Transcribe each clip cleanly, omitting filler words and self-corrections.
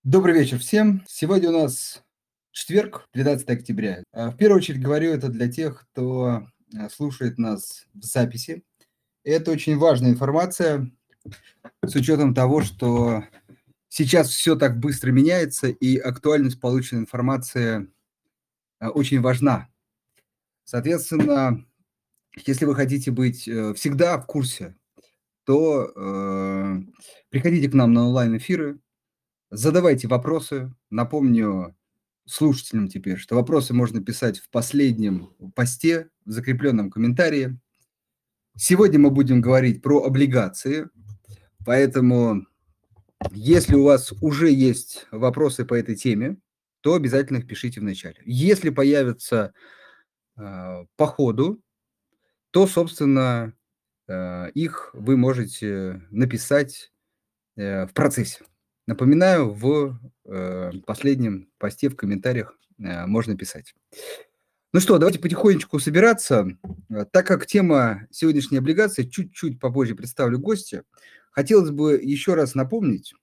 Добрый вечер всем. Сегодня у нас четверг, 13 октября. В первую очередь говорю это для тех, кто слушает нас в записи. Это очень важная информация с учетом того, что сейчас все так быстро меняется, и актуальность полученной информации очень важна. Соответственно, если вы хотите быть всегда в курсе, то приходите к нам на онлайн-эфиры, задавайте вопросы. Напомню слушателям теперь, что вопросы можно писать в последнем посте, в закрепленном комментарии. Сегодня мы будем говорить про облигации, поэтому если у вас уже есть вопросы по этой теме, то обязательно их пишите в начале. Если появятся по ходу, то, собственно, их вы можете написать в процессе. Напоминаю, в последнем посте в комментариях можно писать. Ну что, давайте потихонечку собираться. Так как тема сегодняшней облигации, чуть-чуть попозже представлю гостя, хотелось бы еще раз напомнить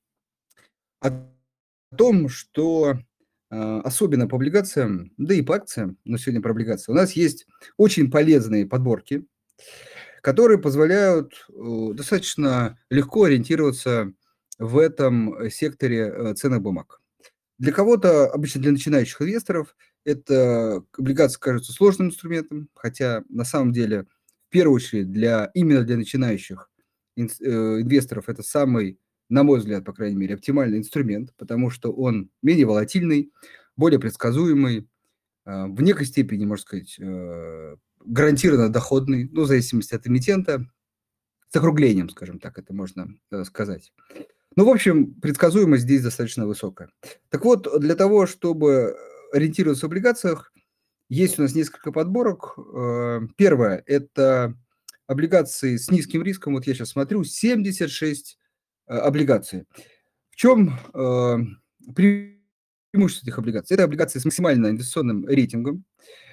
о том, что особенно по облигациям, да и по акциям, но сегодня про облигации, у нас есть очень полезные подборки, которые позволяют достаточно легко ориентироваться в этом секторе ценных бумаг. Для кого-то, обычно для начинающих инвесторов, это облигации кажутся сложным инструментом, хотя на самом деле, в первую очередь, именно для начинающих инвесторов это самый, на мой взгляд, по крайней мере, оптимальный инструмент, потому что он менее волатильный, более предсказуемый, в некой степени, можно сказать, гарантированно доходный, ну, в зависимости от эмитента, с округлением, скажем так, это можно сказать. Ну, в общем, предсказуемость здесь достаточно высокая. Так вот, для того, чтобы ориентироваться в облигациях, есть у нас несколько подборок. Первое – это облигации с низким риском. Вот я сейчас смотрю, 76 облигаций. В чем преимущество этих облигаций? Это облигации с максимально инвестиционным рейтингом.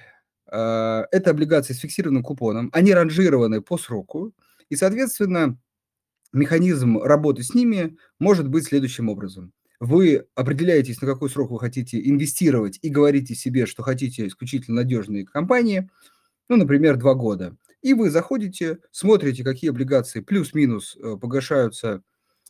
Это облигации с фиксированным купоном. Они ранжированы по сроку. И, соответственно, механизм работы с ними может быть следующим образом. Вы определяетесь, на какой срок вы хотите инвестировать, и говорите себе, что хотите исключительно надежные компании, ну, например, 2 года. И вы заходите, смотрите, какие облигации плюс-минус погашаются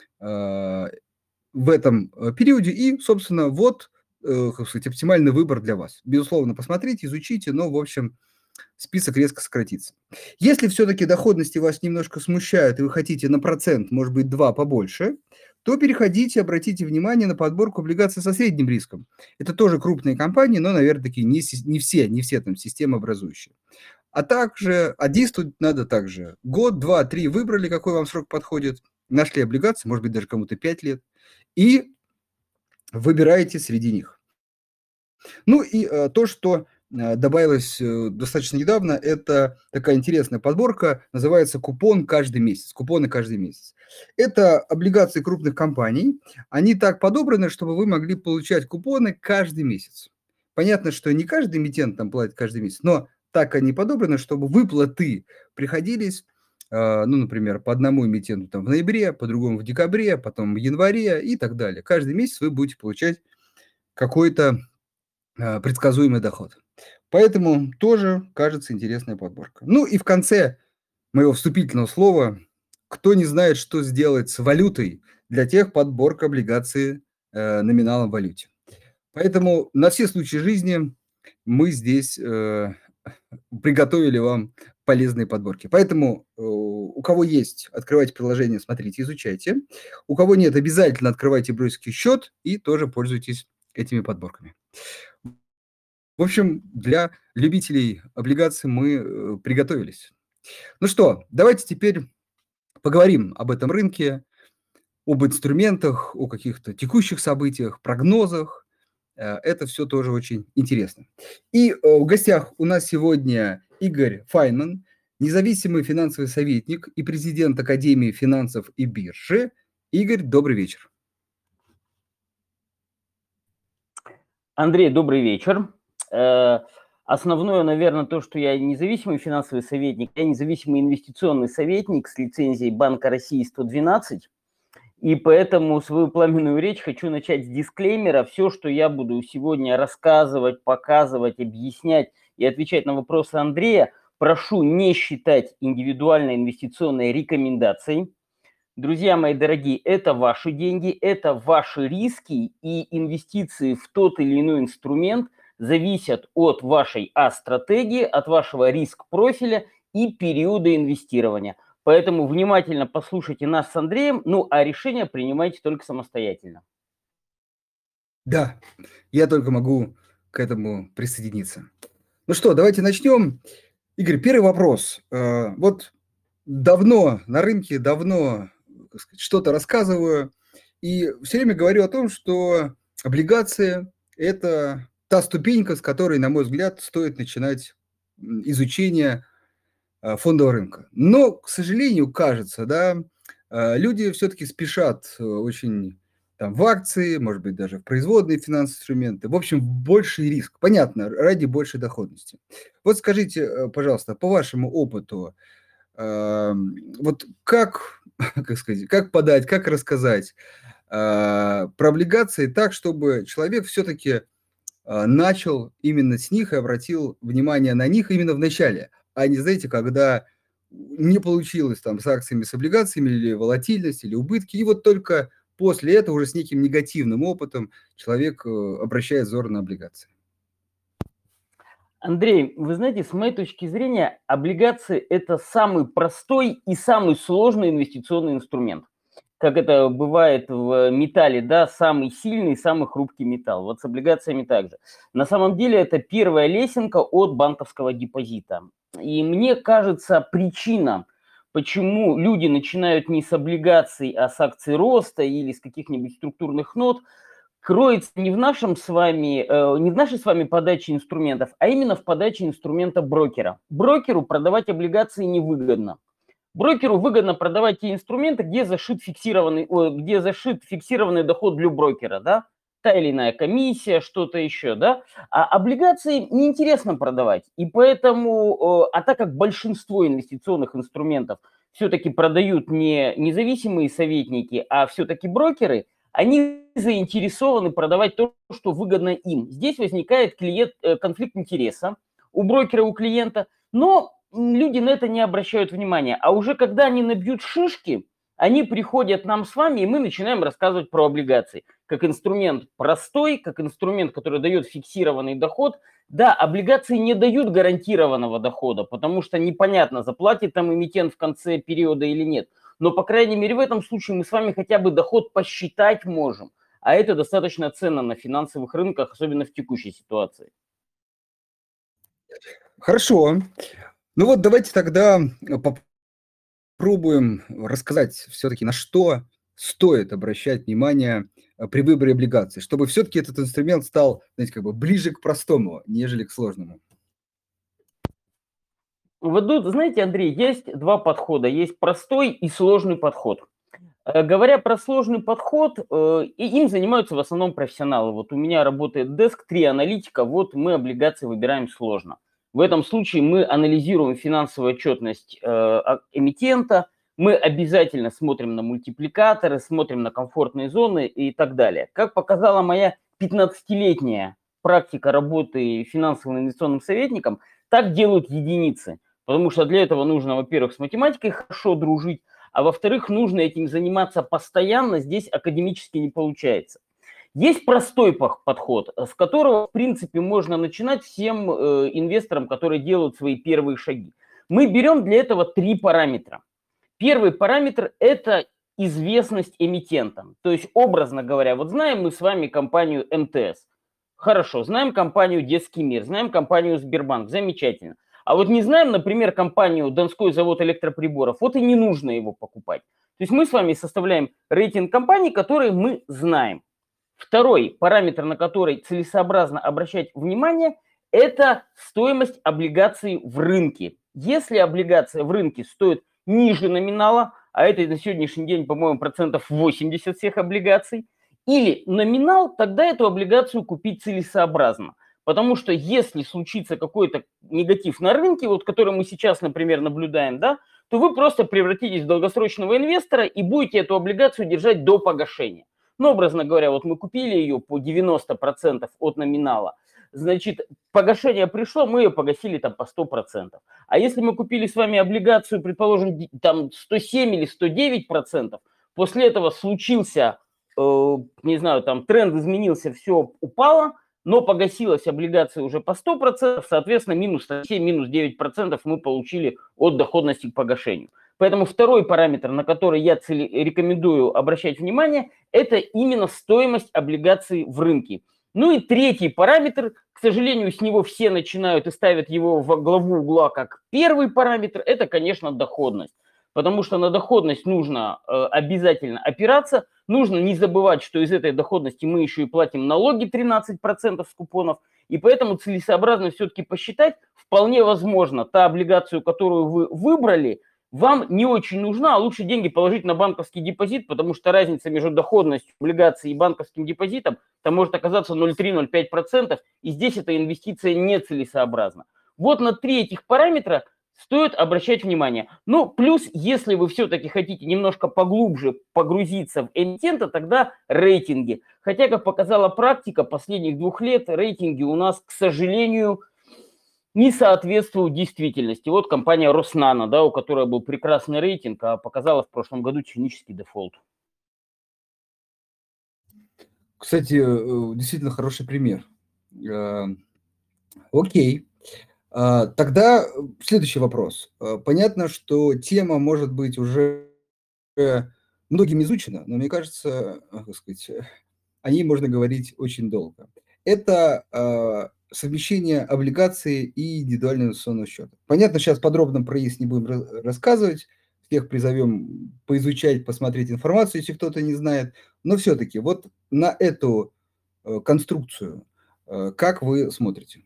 в этом периоде, и, собственно, вот, как сказать, оптимальный выбор для вас. Безусловно, посмотрите, изучите, но, в общем, список резко сократится. Если все-таки доходности вас немножко смущают, и вы хотите на процент, может быть, 2 побольше, то переходите, обратите внимание на подборку облигаций со средним риском. Это тоже крупные компании, но, наверное, такие не все там системообразующие. А действовать надо также. Год, два, три выбрали, какой вам срок подходит, нашли облигации, может быть, даже кому-то 5 лет, и выбираете среди них. Ну и то, что добавилось достаточно недавно, это такая интересная подборка, называется «Купон каждый месяц», «Купоны каждый месяц». Это облигации крупных компаний, они так подобраны, чтобы вы могли получать купоны каждый месяц. Понятно, что не каждый эмитент там платит каждый месяц, но так они подобраны, чтобы выплаты приходились, ну, например, по одному эмитенту там в ноябре, по другому в декабре, потом в январе и так далее. Каждый месяц вы будете получать какой-то предсказуемый доход. Поэтому тоже кажется интересная подборка. Ну и в конце моего вступительного слова, кто не знает, что сделать с валютой, для тех подборка облигаций номиналом в валюте. Поэтому на все случаи жизни мы здесь приготовили вам полезные подборки. Поэтому у кого есть, открывайте приложение, смотрите, изучайте. У кого нет, обязательно открывайте брокерский счет и тоже пользуйтесь этими подборками. В общем, для любителей облигаций мы приготовились. Ну что, давайте теперь поговорим об этом рынке, об инструментах, о каких-то текущих событиях, прогнозах. Это все тоже очень интересно. И в гостях у нас сегодня Игорь Файнман, независимый финансовый советник и президент Академии финансов и биржи. Игорь, добрый вечер. Андрей, добрый вечер. Основное, наверное, то, что я независимый финансовый советник, я независимый инвестиционный советник с лицензией Банка России 112. И поэтому свою пламенную речь хочу начать с дисклеймера. Все, что я буду сегодня рассказывать, показывать, объяснять и отвечать на вопросы Андрея, прошу не считать индивидуальной инвестиционной рекомендацией. Друзья мои дорогие, это ваши деньги, это ваши риски, и инвестиции в тот или иной инструмент зависят от вашей стратегии, от вашего риск-профиля и периода инвестирования. Поэтому внимательно послушайте нас с Андреем, ну а решение принимайте только самостоятельно. Да, я только могу к этому присоединиться. Ну что, давайте начнем. Игорь, первый вопрос. Вот давно на рынке, давно, так сказать, что-то рассказываю, и все время говорю о том, что облигации – это та ступенька, с которой, на мой взгляд, стоит начинать изучение фондового рынка. Но, к сожалению, кажется, да, люди все-таки спешат очень там, в акции, может быть, даже в производные финансовые инструменты. В общем, больший риск. Понятно, ради большей доходности. Вот скажите, пожалуйста, по вашему опыту, вот как, как сказать, как подать, как рассказать про облигации так, чтобы человек все-таки начал именно с них и обратил внимание на них именно в начале, а не, знаете, когда не получилось там с акциями, с облигациями, или волатильность, или убытки, и вот только после этого уже с неким негативным опытом человек обращает взор на облигации. Андрей, вы знаете, с моей точки зрения, облигации – это самый простой и самый сложный инвестиционный инструмент. Как это бывает в металле, да, самый сильный, самый хрупкий металл. Вот с облигациями также. На самом деле это первая лесенка от банковского депозита. И мне кажется, причина, почему люди начинают не с облигаций, а с акций роста или с каких-нибудь структурных нот, кроется не в нашем с вами, не в нашей с вами подаче инструментов, а именно в подаче инструмента брокера. Брокеру продавать облигации невыгодно. Брокеру выгодно продавать те инструменты, где зашит фиксированный доход для брокера, да, та или иная комиссия, что-то еще, да, а облигации неинтересно продавать, и поэтому, а так как большинство инвестиционных инструментов все-таки продают не независимые советники, а все-таки брокеры, они заинтересованы продавать то, что выгодно им. Здесь возникает конфликт интереса у брокера, у клиента, но люди на это не обращают внимания. А уже когда они набьют шишки, они приходят нам с вами, и мы начинаем рассказывать про облигации. Как инструмент простой, как инструмент, который дает фиксированный доход. Да, облигации не дают гарантированного дохода, потому что непонятно, заплатит там эмитент в конце периода или нет. Но, по крайней мере, в этом случае мы с вами хотя бы доход посчитать можем. А это достаточно ценно на финансовых рынках, особенно в текущей ситуации. Хорошо. Ну вот давайте тогда попробуем рассказать все-таки, на что стоит обращать внимание при выборе облигаций, чтобы все-таки этот инструмент стал, знаете, как бы ближе к простому, нежели к сложному. Вот тут, знаете, Андрей, есть два подхода. Есть простой и сложный подход. Говоря про сложный подход, им занимаются в основном профессионалы. Вот у меня работает деск, 3 аналитика, вот мы облигации выбираем сложно. В этом случае мы анализируем финансовую отчетность эмитента, мы обязательно смотрим на мультипликаторы, смотрим на комфортные зоны и так далее. Как показала моя 15-летняя практика работы финансовым инвестиционным советником, так делают единицы. Потому что для этого нужно, во-первых, с математикой хорошо дружить, а во-вторых, нужно этим заниматься постоянно, здесь академически не получается. Есть простой подход, с которого, в принципе, можно начинать всем инвесторам, которые делают свои первые шаги. Мы берем для этого 3 параметра. Первый параметр – это известность эмитентам. То есть, образно говоря, вот знаем мы с вами компанию МТС. Хорошо, знаем компанию Детский мир, знаем компанию Сбербанк, замечательно. А вот не знаем, например, компанию Донской завод электроприборов, вот и не нужно его покупать. То есть мы с вами составляем рейтинг компаний, которые мы знаем. Второй параметр, на который целесообразно обращать внимание, это стоимость облигаций в рынке. Если облигация в рынке стоит ниже номинала, а это на сегодняшний день, по-моему, 80% всех облигаций, или номинал, тогда эту облигацию купить целесообразно. Потому что если случится какой-то негатив на рынке, вот который мы сейчас, например, наблюдаем, да, то вы просто превратитесь в долгосрочного инвестора и будете эту облигацию держать до погашения. Ну, образно говоря, вот мы купили ее по 90% от номинала, значит, погашение пришло, мы ее погасили там по 100%. А если мы купили с вами облигацию, предположим, там 107 или 109%, после этого случился, не знаю, там тренд изменился, все упало, но погасилась облигация уже по 100%, соответственно, минус 7, минус 9% мы получили от доходности к погашению. Поэтому второй параметр, на который я рекомендую обращать внимание, это именно стоимость облигаций в рынке. Ну и третий параметр, к сожалению, с него все начинают и ставят его во главу угла как первый параметр, это, конечно, доходность. Потому что на доходность нужно обязательно опираться. Нужно не забывать, что из этой доходности мы еще и платим налоги 13% с купонов. И поэтому целесообразно все-таки посчитать, вполне возможно, та облигацию, которую вы выбрали, вам не очень нужна, а лучше деньги положить на банковский депозит, потому что разница между доходностью облигаций и банковским депозитом там может оказаться 0,3-0,5%, и здесь эта инвестиция нецелесообразна. Вот на 3 этих параметра стоит обращать внимание. Ну, плюс, если вы все-таки хотите немножко поглубже погрузиться в эмитента, тогда рейтинги. Хотя, как показала практика последних 2 лет, рейтинги у нас, к сожалению, не соответствуют действительности. Вот компания Роснано, да, у которой был прекрасный рейтинг, а показала в прошлом году технический дефолт. Кстати, действительно хороший пример. Окей. Тогда следующий вопрос. Понятно, что тема может быть уже многим изучена, но мне кажется, как сказать, о ней можно говорить очень долго. Это совмещение облигаций и индивидуального инвестиционного счета. Понятно, сейчас подробно про ИИС не будем рассказывать, всех призовем поизучать, посмотреть информацию, если кто-то не знает, но все-таки вот на эту конструкцию как вы смотрите?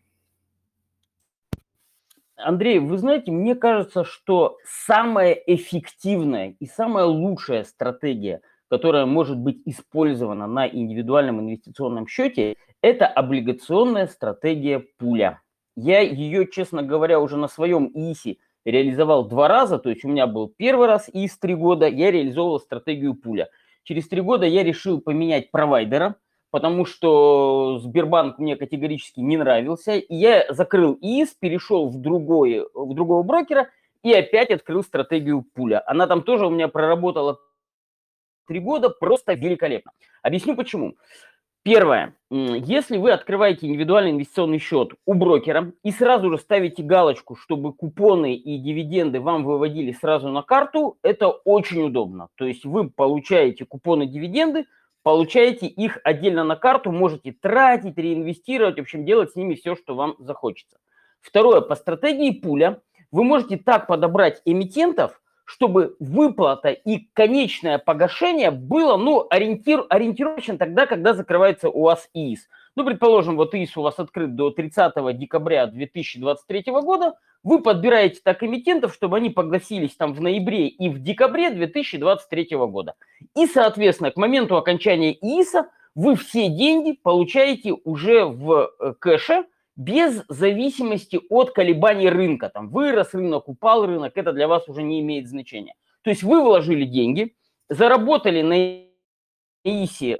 Андрей, вы знаете, мне кажется, что самая эффективная и самая лучшая стратегия, которая может быть использована на индивидуальном инвестиционном счете, это облигационная стратегия пуля. Я ее, честно говоря, уже на своем ИИСе реализовал 2 раза, то есть у меня был первый раз ИИС 3 года, я реализовывал стратегию пуля. Через 3 года я решил поменять провайдера, потому что Сбербанк мне категорически не нравился. И я закрыл ИИС, перешел в другого брокера и опять открыл стратегию пуля. Она там тоже у меня проработала 3 года просто великолепно. Объясню почему. Первое. Если вы открываете индивидуальный инвестиционный счет у брокера и сразу же ставите галочку, чтобы купоны и дивиденды вам выводили сразу на карту, это очень удобно. То есть вы получаете купоны, дивиденды, получаете их отдельно на карту, можете тратить, реинвестировать, в общем, делать с ними все, что вам захочется. Второе. По стратегии пуля вы можете так подобрать эмитентов, чтобы выплата и конечное погашение было, ориентировочно тогда, когда закрывается у вас ИИС. Ну, предположим, вот ИИС у вас открыт до 30 декабря 2023 года, вы подбираете так эмитентов, чтобы они погасились там в ноябре и в декабре 2023 года. И, соответственно, к моменту окончания ИИСа вы все деньги получаете уже в кэше, без зависимости от колебаний рынка. Там вырос рынок, упал рынок, это для вас уже не имеет значения. То есть вы вложили деньги, заработали на ИИСе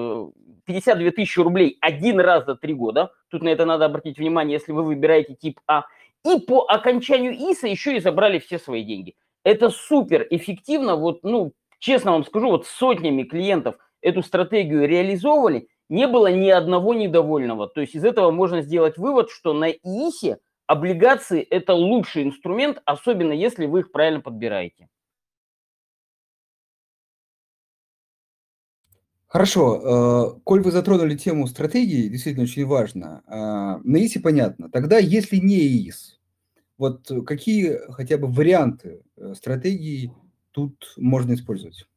52 тысячи рублей 1 раз за 3 года. Тут на это надо обратить внимание, если вы выбираете тип А. И по окончанию ИИСа еще и забрали все свои деньги. Это супер эффективно. Вот, честно вам скажу, вот сотнями клиентов эту стратегию реализовывали, не было ни одного недовольного. То есть из этого можно сделать вывод, что на ИИСе облигации – это лучший инструмент, особенно если вы их правильно подбираете. Хорошо, коль вы затронули тему стратегии, действительно очень важно. На ИИСе понятно. Тогда, если не ИИС, вот какие хотя бы варианты стратегий тут можно использовать?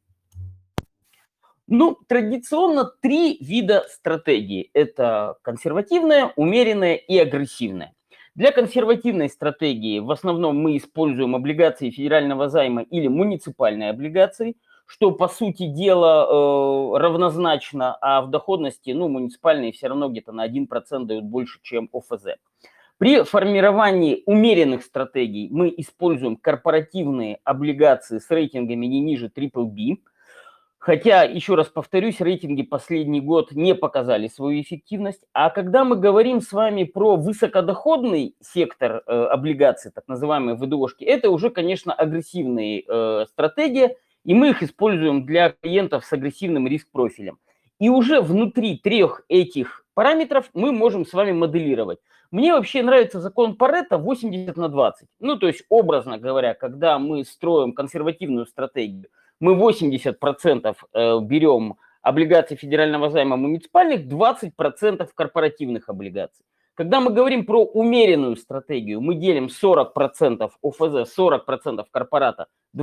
Традиционно 3 вида стратегии. Это консервативная, умеренная и агрессивная. Для консервативной стратегии в основном мы используем облигации федерального займа или муниципальные облигации, что по сути дела равнозначно, а в доходности муниципальные все равно где-то на 1% дают больше, чем ОФЗ. При формировании умеренных стратегий мы используем корпоративные облигации с рейтингами не ниже BBB. Хотя, еще раз повторюсь, рейтинги последний год не показали свою эффективность. А когда мы говорим с вами про высокодоходный сектор облигаций, так называемые ВДОшки, это уже, конечно, агрессивные стратегии, и мы их используем для клиентов с агрессивным риск-профилем. И уже внутри трех этих параметров мы можем с вами моделировать. Мне вообще нравится закон Паретто 80/20. Ну, то есть, образно говоря, когда мы строим консервативную стратегию, мы 80% берем облигаций федерального займа муниципальных, 20% корпоративных облигаций. Когда мы говорим про умеренную стратегию, мы делим 40% ОФЗ, 40% корпората,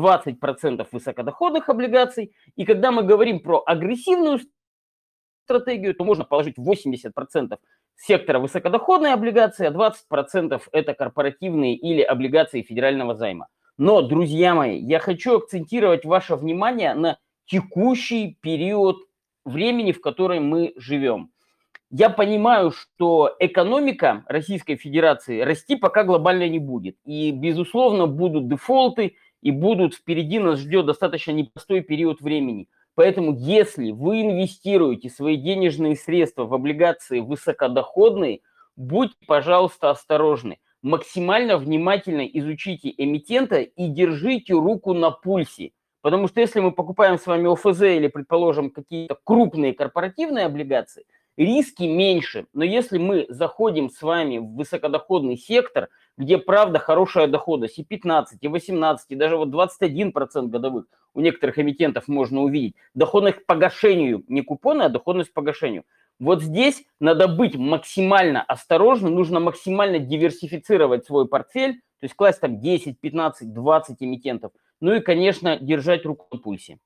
20% высокодоходных облигаций. И когда мы говорим про агрессивную стратегию, то можно положить 80% сектора высокодоходной облигации, а 20% это корпоративные или облигации федерального займа. Но, друзья мои, я хочу акцентировать ваше внимание на текущий период времени, в котором мы живем. Я понимаю, что экономика Российской Федерации расти пока глобально не будет. И, безусловно, будут дефолты, и впереди нас ждет достаточно непростой период времени. Поэтому, если вы инвестируете свои денежные средства в облигации высокодоходные, будьте, пожалуйста, осторожны. Максимально внимательно изучите эмитента и держите руку на пульсе. Потому что если мы покупаем с вами ОФЗ или, предположим, какие-то крупные корпоративные облигации, риски меньше. Но если мы заходим с вами в высокодоходный сектор, где, правда, хорошая доходность, и 15, и 18, и даже вот 21% годовых у некоторых эмитентов можно увидеть, доходность к погашению, не купоны, а доходность к погашению. Вот здесь надо быть максимально осторожным, нужно максимально диверсифицировать свой портфель, то есть класть там 10, 15, 20 эмитентов. Ну и, конечно, держать руку на пульсе.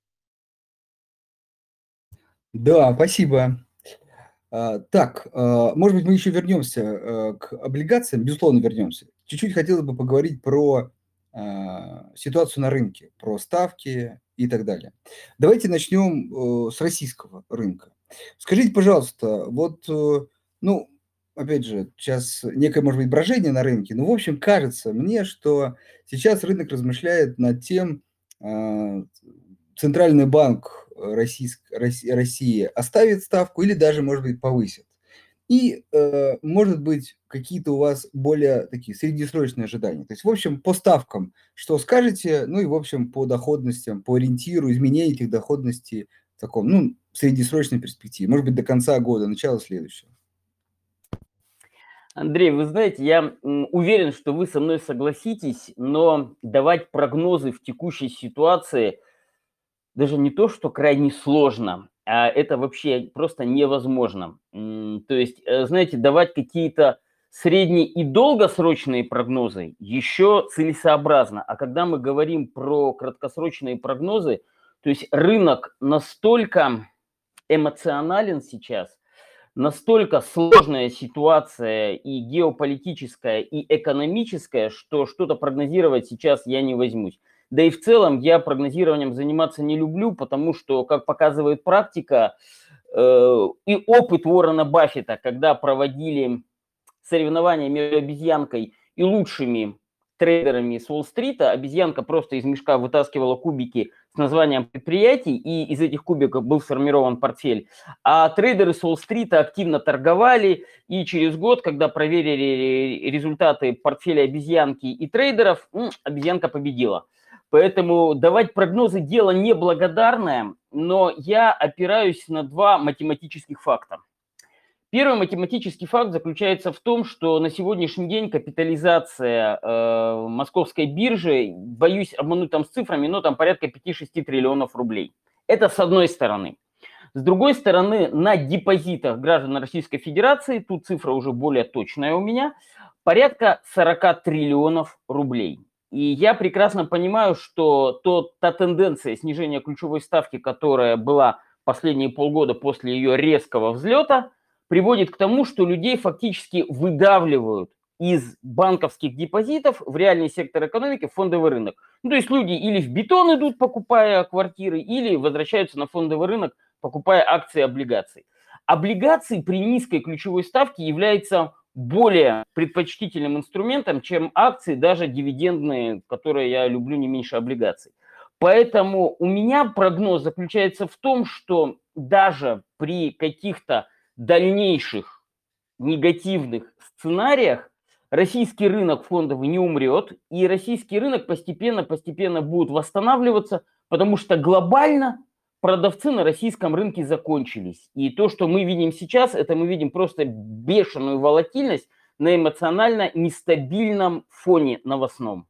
Да, спасибо. Так, может быть, мы еще вернемся к облигациям, безусловно, вернемся. Чуть-чуть хотелось бы поговорить про ситуацию на рынке, про ставки и так далее. Давайте начнем с российского рынка. Скажите, пожалуйста, вот, ну, опять же, сейчас некое, может быть, брожение на рынке, но, в общем, кажется мне, что сейчас рынок размышляет над тем, Центральный банк России оставит ставку или даже, может быть, повысит. И, может быть, какие-то у вас более такие среднесрочные ожидания. То есть, в общем, по ставкам, что скажете, ну и, в общем, по доходностям, по ориентиру, изменения этих доходностей в таком, ну, среднесрочной перспективе, может быть, до конца года, начало следующего. Андрей, вы знаете, я уверен, что вы со мной согласитесь, но давать прогнозы в текущей ситуации даже не то, что крайне сложно, а это вообще просто невозможно. То есть, знаете, давать какие-то средне- и долгосрочные прогнозы еще целесообразно. А когда мы говорим про краткосрочные прогнозы, то есть рынок настолько эмоционален сейчас, настолько сложная ситуация и геополитическая, и экономическая, что что-то прогнозировать сейчас я не возьмусь. Да и в целом я прогнозированием заниматься не люблю, потому что, как показывает практика и опыт Уоррена Баффета, когда проводили соревнования между обезьянкой и лучшими трейдерами с Уолл-стрита, обезьянка просто из мешка вытаскивала кубики с названием предприятий, и из этих кубиков был сформирован портфель. А трейдеры с Уолл-стрита активно торговали, и через год, когда проверили результаты портфеля обезьянки и трейдеров, обезьянка победила. Поэтому давать прогнозы – дело неблагодарное, но я опираюсь на два математических факта. Первый математический факт заключается в том, что на сегодняшний день капитализация московской биржи, боюсь обмануть там с цифрами, но там порядка 5-6 триллионов рублей. Это с одной стороны. С другой стороны, на депозитах граждан Российской Федерации, тут цифра уже более точная у меня, порядка 40 триллионов рублей. И я прекрасно понимаю, что та тенденция снижения ключевой ставки, которая была последние полгода после ее резкого взлета, приводит к тому, что людей фактически выдавливают из банковских депозитов в реальный сектор экономики, в фондовый рынок. Ну, то есть люди или в бетон идут, покупая квартиры, или возвращаются на фондовый рынок, покупая акции и облигации. Облигации при низкой ключевой ставке являются более предпочтительным инструментом, чем акции, даже дивидендные, которые я люблю не меньше облигаций. Поэтому у меня прогноз заключается в том, что даже при каких-то дальнейших негативных сценариях российский рынок фондовый не умрет, и российский рынок постепенно будет восстанавливаться, потому что глобально продавцы на российском рынке закончились. И то, что мы видим сейчас, это мы видим просто бешеную волатильность на эмоционально нестабильном фоне новостном.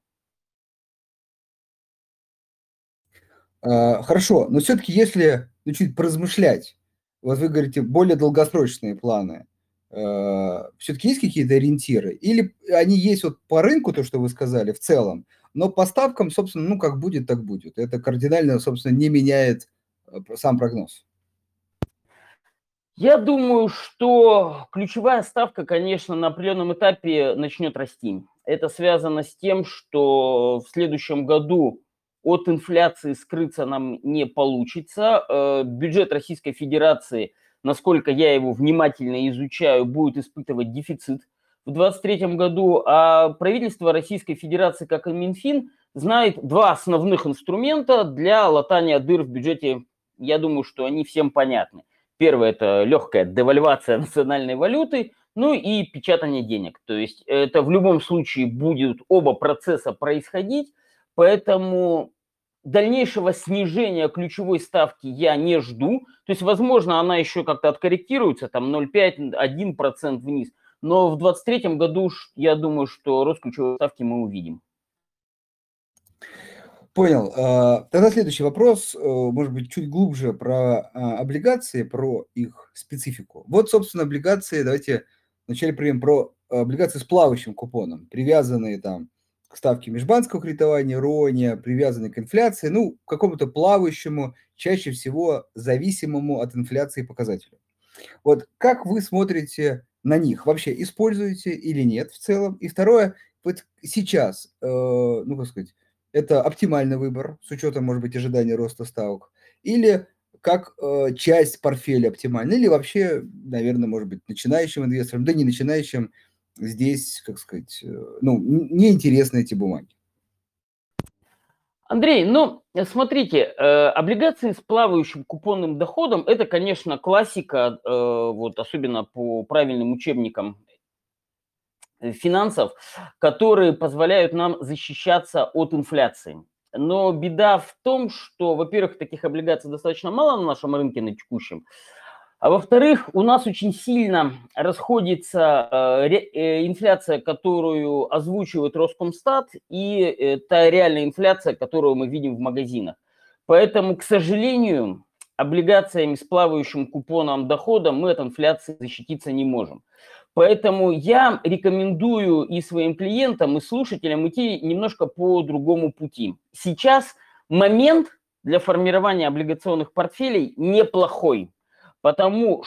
Хорошо, но все-таки если чуть поразмышлять, вот вы говорите, более долгосрочные планы, все-таки есть какие-то ориентиры? Или они есть вот по рынку, то, что вы сказали, в целом, но по ставкам, собственно, ну, как будет, так будет. Это кардинально, собственно, не меняет сам прогноз. Я думаю, что ключевая ставка, конечно, на определенном этапе начнет расти. Это связано с тем, что в следующем году от инфляции скрыться нам не получится. Бюджет Российской Федерации, насколько я его внимательно изучаю, будет испытывать дефицит в 2023 году, а правительство Российской Федерации, как и Минфин, знает два основных инструмента для латания дыр в бюджете. Я думаю, что они всем понятны. Первое – это легкая девальвация национальной валюты, ну и печатание денег. То есть это в любом случае будет оба процесса происходить, поэтому дальнейшего снижения ключевой ставки я не жду. То есть, возможно, она еще как-то откорректируется, там 0,5-1% вниз. Но в 2023 году я думаю, что рост ключевой ставки мы увидим. Понял. Тогда следующий вопрос, может быть, чуть глубже про облигации, про их специфику. Вот, собственно, облигации, давайте вначале примем про облигации с плавающим купоном, привязанные там к ставке межбанковского кредитования, РОНе, привязанные к инфляции, ну, к какому-то плавающему, чаще всего зависимому от инфляции показателю. Вот как вы смотрите на них? Вообще используете или нет в целом? И второе, вот сейчас, ну, как сказать, это оптимальный выбор с учетом, может быть, ожидания роста ставок? Или как часть портфеля оптимальна? Или вообще, наверное, может быть, начинающим инвесторам, да не начинающим, здесь, как сказать, ну, неинтересны эти бумаги? Андрей, ну, смотрите, облигации с плавающим купонным доходом – это, конечно, классика, вот особенно по правильным учебникам финансов, которые позволяют нам защищаться от инфляции. Но беда в том, что, во-первых, таких облигаций достаточно мало на нашем рынке на текущем, а во-вторых, у нас очень сильно расходится инфляция, которую озвучивает Роскомстат, и та реальная инфляция, которую мы видим в магазинах. Поэтому, к сожалению, облигациями с плавающим купоном дохода мы от инфляции защититься не можем. Поэтому я рекомендую и своим клиентам, и слушателям идти немножко по другому пути. Сейчас момент для формирования облигационных портфелей неплохой. Потому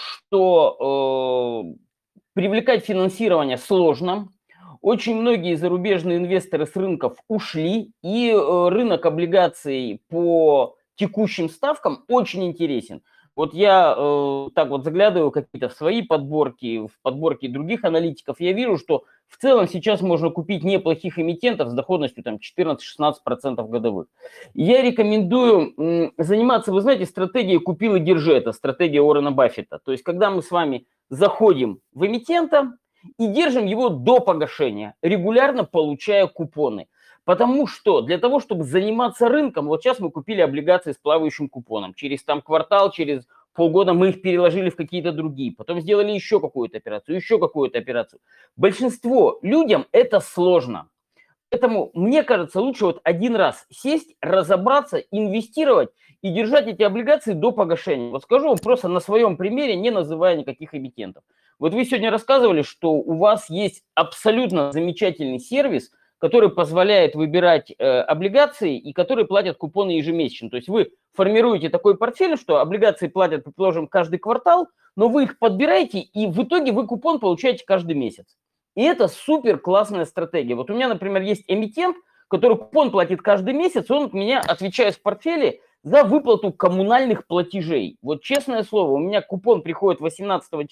что привлекать финансирование сложно. Очень многие зарубежные инвесторы с рынков ушли, и рынок облигаций по текущим ставкам очень интересен. Вот я так вот заглядываю какие-то в свои подборки, в подборки других аналитиков, я вижу, что в целом сейчас можно купить неплохих эмитентов с доходностью там 14-16% годовых. Я рекомендую заниматься, вы знаете, стратегией «купил и держи». Это стратегия Уоррена Баффета. То есть, когда мы с вами заходим в эмитента и держим его до погашения, регулярно получая купоны. Потому что для того, чтобы заниматься рынком, вот сейчас мы купили облигации с плавающим купоном. Через там квартал, через полгода мы их переложили в какие-то другие. Потом сделали еще какую-то операцию, еще какую-то операцию. Большинство людям это сложно. Поэтому, мне кажется, лучше вот один раз сесть, разобраться, инвестировать и держать эти облигации до погашения. Вот скажу вам просто на своем примере, не называя никаких эмитентов. Вот вы сегодня рассказывали, что у вас есть абсолютно замечательный сервис, который позволяет выбирать облигации и которые платят купоны ежемесячно. То есть вы формируете такой портфель, что облигации платят, предположим, каждый квартал, но вы их подбираете, и в итоге вы купон получаете каждый месяц. И это супер классная стратегия. Вот у меня, например, есть эмитент, который купон платит каждый месяц, он от меня отвечает в портфеле за выплату коммунальных платежей. Вот честное слово, у меня купон приходит 18 числа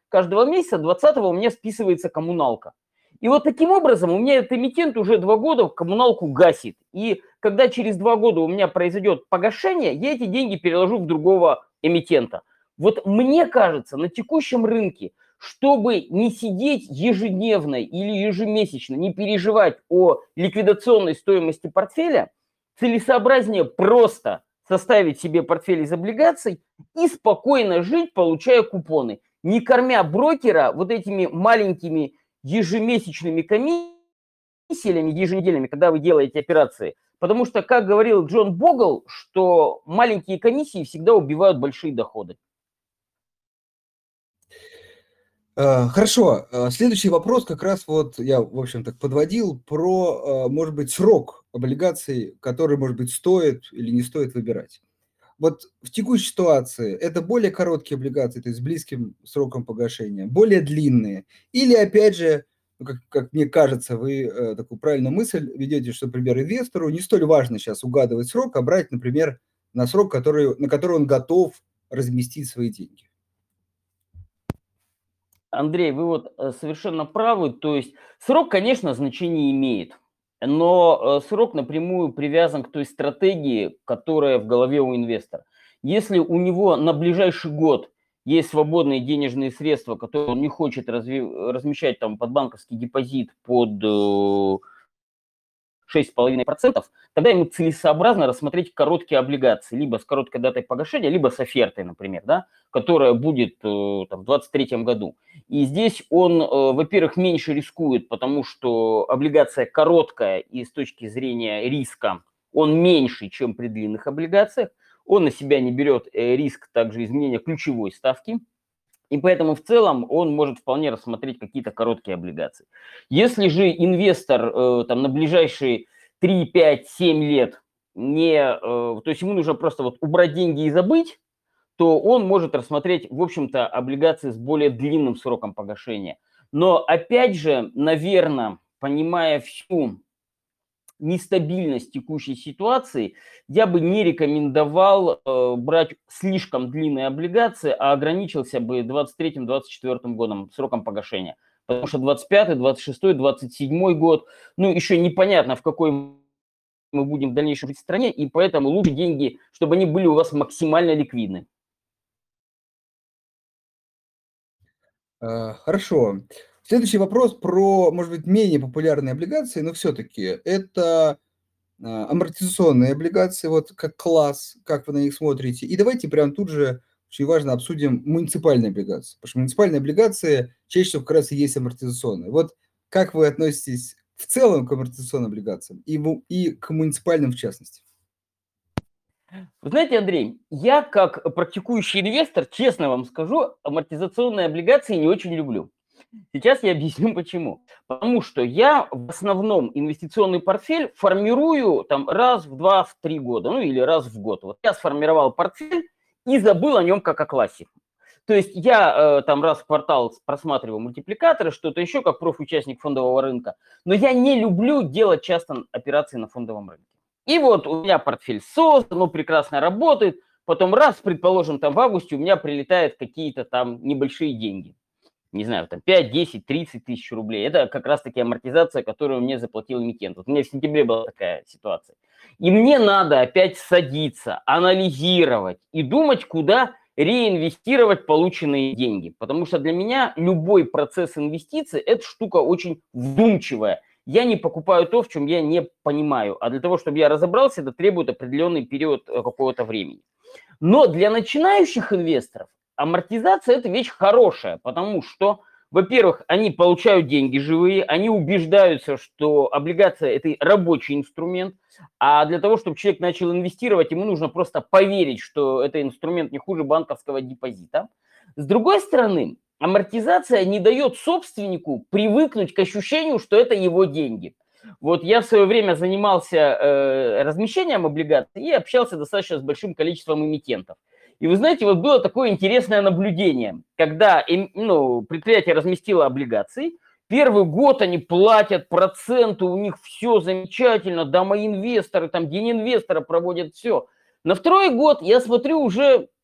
каждого месяца 20-го у меня списывается коммуналка. И вот таким образом у меня этот эмитент уже 2 года коммуналку гасит. И когда через 2 года у меня произойдет погашение, я эти деньги переложу в другого эмитента. Вот мне кажется, на текущем рынке, чтобы не сидеть ежедневно или ежемесячно, не переживать о ликвидационной стоимости портфеля, целесообразнее просто составить себе портфель из облигаций и спокойно жить, получая купоны, не кормя брокера вот этими маленькими ежемесячными комиссиями, еженедельными, когда вы делаете операции. Потому что, как говорил Джон Богл, что маленькие комиссии всегда убивают большие доходы. Хорошо. Следующий вопрос как раз вот я, в общем-то, подводил про, может быть, срок облигаций, который, может быть, стоит или не стоит выбирать. Вот в текущей ситуации это более короткие облигации, то есть с близким сроком погашения, более длинные, или, опять же, ну, как мне кажется, вы такую правильную мысль ведете, что, например, инвестору не столь важно сейчас угадывать срок, а брать, например, на срок, на который он готов разместить свои деньги. Андрей, вы вот совершенно правы. То есть срок, конечно, значение имеет, но срок напрямую привязан к той стратегии, которая в голове у инвестора. Если у него на ближайший год есть свободные денежные средства, которые он не хочет размещать там под банковский депозит под 6,5%, тогда ему целесообразно рассмотреть короткие облигации, либо с короткой датой погашения, либо с офертой, например, да, которая будет там, в 2023 году. И здесь он, во-первых, меньше рискует, потому что облигация короткая, и с точки зрения риска он меньше, чем при длинных облигациях. Он на себя не берет риск также изменения ключевой ставки. И поэтому в целом он может вполне рассмотреть какие-то короткие облигации. Если же инвестор там, на ближайшие 3, 5, 7 лет то есть ему нужно просто вот убрать деньги и забыть, то он может рассмотреть, в общем-то, облигации с более длинным сроком погашения. Но опять же, наверное, понимая всю нестабильность текущей ситуации, я бы не рекомендовал брать слишком длинные облигации, а ограничился бы 23-24 годом сроком погашения. Потому что 25, 26, 27 год, ну, еще непонятно, в какой мы будем в дальнейшем жить в стране, и поэтому лучше деньги, чтобы они были у вас максимально ликвидны. Хорошо. Следующий вопрос про, может быть, менее популярные облигации, но все-таки это амортизационные облигации, вот как класс, как вы на них смотрите. И давайте прямо тут же, очень важно, обсудим муниципальные облигации. Потому что муниципальные облигации чаще всего как раз и есть амортизационные. Вот как вы относитесь в целом к амортизационным облигациям и к муниципальным в частности? Вы знаете, Андрей, я как практикующий инвестор, честно вам скажу, амортизационные облигации не очень люблю. Сейчас я объясню почему. Потому что я в основном инвестиционный портфель формирую там раз в 2-3 года, ну или раз в год. Вот я сформировал портфель и забыл о нем как о классе. То есть я там раз в квартал просматриваю мультипликаторы, что-то еще, как профучастник фондового рынка, но я не люблю делать часто операции на фондовом рынке. И вот у меня портфель создан, он прекрасно работает, потом раз, предположим, там в августе у меня прилетают какие-то там небольшие деньги. Не знаю, там 5, 10, 30 тысяч рублей. Это как раз-таки амортизация, которую мне заплатил эмитент. Вот у меня в сентябре была такая ситуация. И мне надо опять садиться, анализировать и думать, куда реинвестировать полученные деньги. Потому что для меня любой процесс инвестиций – это штука очень вдумчивая. Я не покупаю то, в чем я не понимаю. А для того, чтобы я разобрался, это требует определенный период какого-то времени. Но для начинающих инвесторов амортизация – это вещь хорошая, потому что, во-первых, они получают деньги живые, они убеждаются, что облигация – это рабочий инструмент, а для того, чтобы человек начал инвестировать, ему нужно просто поверить, что это инструмент не хуже банковского депозита. С другой стороны, амортизация не дает собственнику привыкнуть к ощущению, что это его деньги. Вот я в свое время занимался размещением облигаций и общался достаточно с большим количеством эмитентов. И вы знаете, вот было такое интересное наблюдение, когда предприятие разместило облигации, первый год они платят проценты, у них все замечательно, да, мои инвесторы, там день инвестора проводят все. На второй год, я смотрю, уже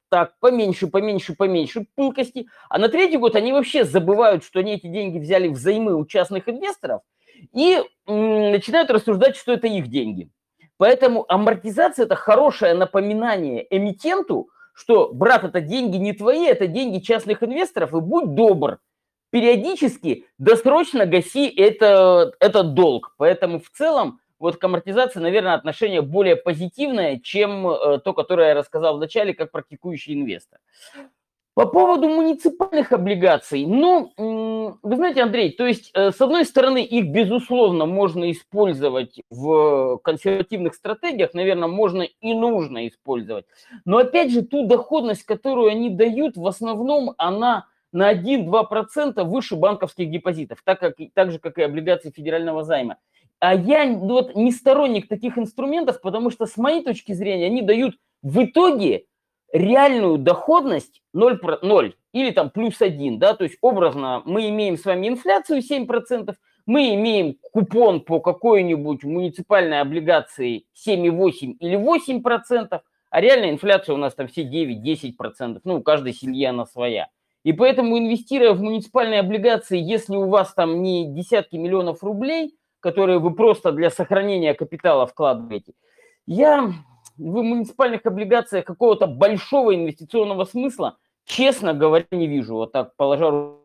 так поменьше, поменьше, поменьше пылкости, а на третий год они вообще забывают, что они эти деньги взяли взаймы у частных инвесторов и начинают рассуждать, что это их деньги. Поэтому амортизация – это хорошее напоминание эмитенту, что, брат, это деньги не твои, это деньги частных инвесторов, и будь добр, периодически досрочно гаси этот долг. Поэтому в целом вот к амортизации, наверное, отношение более позитивное, чем то, которое я рассказал в начале, как практикующий инвестор. По поводу муниципальных облигаций, ну, вы знаете, Андрей, то есть, с одной стороны, их, безусловно, можно использовать в консервативных стратегиях, наверное, можно и нужно использовать. Но, опять же, ту доходность, которую они дают, в основном она на 1-2% выше банковских депозитов, так же, как и облигации федерального займа. А я вот не сторонник таких инструментов, потому что, с моей точки зрения, они дают в итоге реальную доходность 0 или там плюс 1, да, то есть образно мы имеем с вами инфляцию 7%, мы имеем купон по какой-нибудь муниципальной облигации 7,8 или 8%, а реальная инфляция у нас там все 9-10%, ну, у каждой семьи она своя. И поэтому, инвестируя в муниципальные облигации, если у вас там не десятки миллионов рублей, которые вы просто для сохранения капитала вкладываете, я в муниципальных облигациях какого-то большого инвестиционного смысла, честно говоря, не вижу. Вот так, положа руку.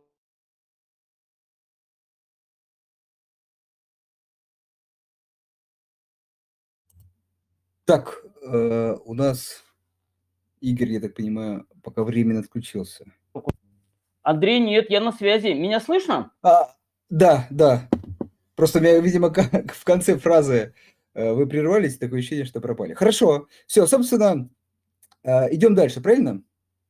Так, у нас Игорь, я так понимаю, пока временно отключился. Андрей, нет, я на связи. Меня слышно? Да, да. Просто у меня, видимо, в конце фразы вы прервались, такое ощущение, что пропали. Хорошо, все, собственно, идем дальше, правильно?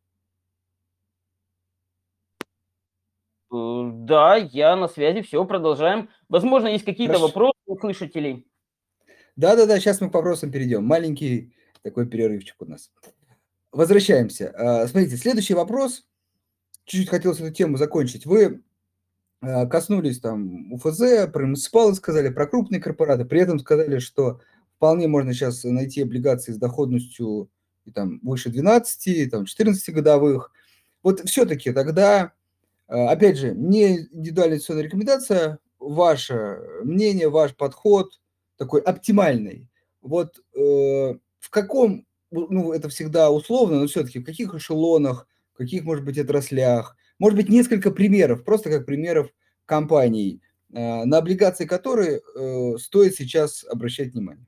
Да, я на связи, все, продолжаем. Возможно, есть какие-то Хорошо. вопросы у слушателей. Да-да-да, сейчас мы к вопросам перейдем. Маленький такой перерывчик у нас. Возвращаемся. Смотрите, следующий вопрос. Чуть-чуть хотелось эту тему закончить. Вы коснулись там УФЗ, про муниципалы сказали, про крупные корпораты. При этом сказали, что вполне можно сейчас найти облигации с доходностью и там выше 12, там 14 годовых. Вот все-таки тогда, опять же, не индивидуальная инвестиционная рекомендация, ваше мнение, ваш подход такой оптимальный. Вот в каком, ну это всегда условно, но все-таки в каких эшелонах, в каких, может быть, отраслях, может быть, несколько примеров, просто как примеров компаний, на облигации которые стоит сейчас обращать внимание.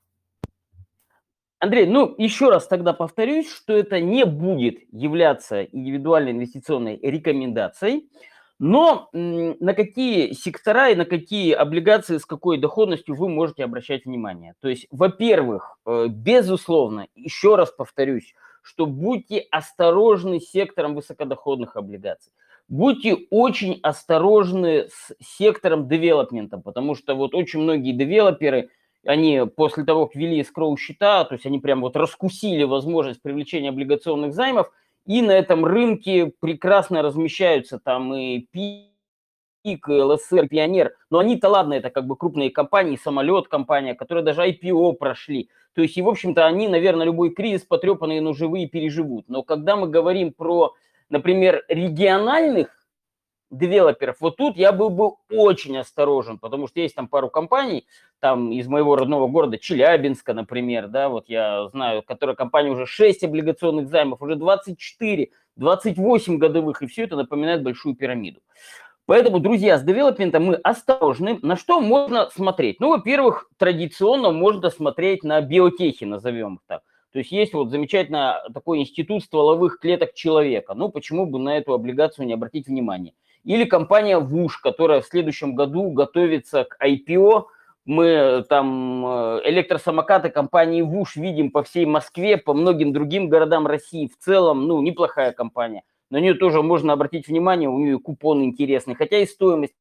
Андрей, ну еще раз тогда повторюсь, что это не будет являться индивидуальной инвестиционной рекомендацией, но на какие сектора и на какие облигации с какой доходностью вы можете обращать внимание. То есть, во-первых, безусловно, еще раз повторюсь, что будьте осторожны с сектором высокодоходных облигаций. Будьте очень осторожны с сектором девелопмента, потому что вот очень многие девелоперы, они после того, как ввели эскроу-счета, то есть они прям вот раскусили возможность привлечения облигационных займов, и на этом рынке прекрасно размещаются там и ПИК, и ЛСР, Пионер. Но они-то, ладно, это как бы крупные компании, самолет компания, которые даже IPO прошли. То есть, и, в общем-то, они, наверное, любой кризис потрепанные, но живые переживут. Но когда мы говорим про, например, региональных девелоперов, вот тут я был бы очень осторожен, потому что есть там пару компаний, там из моего родного города, Челябинска, например, да, вот я знаю, которая компания уже 6 облигационных займов, уже 24, 28 годовых, и все это напоминает большую пирамиду. Поэтому, друзья, с девелопментом мы осторожны. На что можно смотреть? Ну, во-первых, традиционно можно смотреть на биотехи, назовем их так. То есть есть вот замечательно такой институт стволовых клеток человека. Ну, почему бы на эту облигацию не обратить внимание? Или компания ВУШ, которая в следующем году готовится к IPO. Мы там электросамокаты компании ВУШ видим по всей Москве, по многим другим городам России. В целом, ну, неплохая компания. На нее тоже можно обратить внимание, у нее купон интересный, хотя и стоимость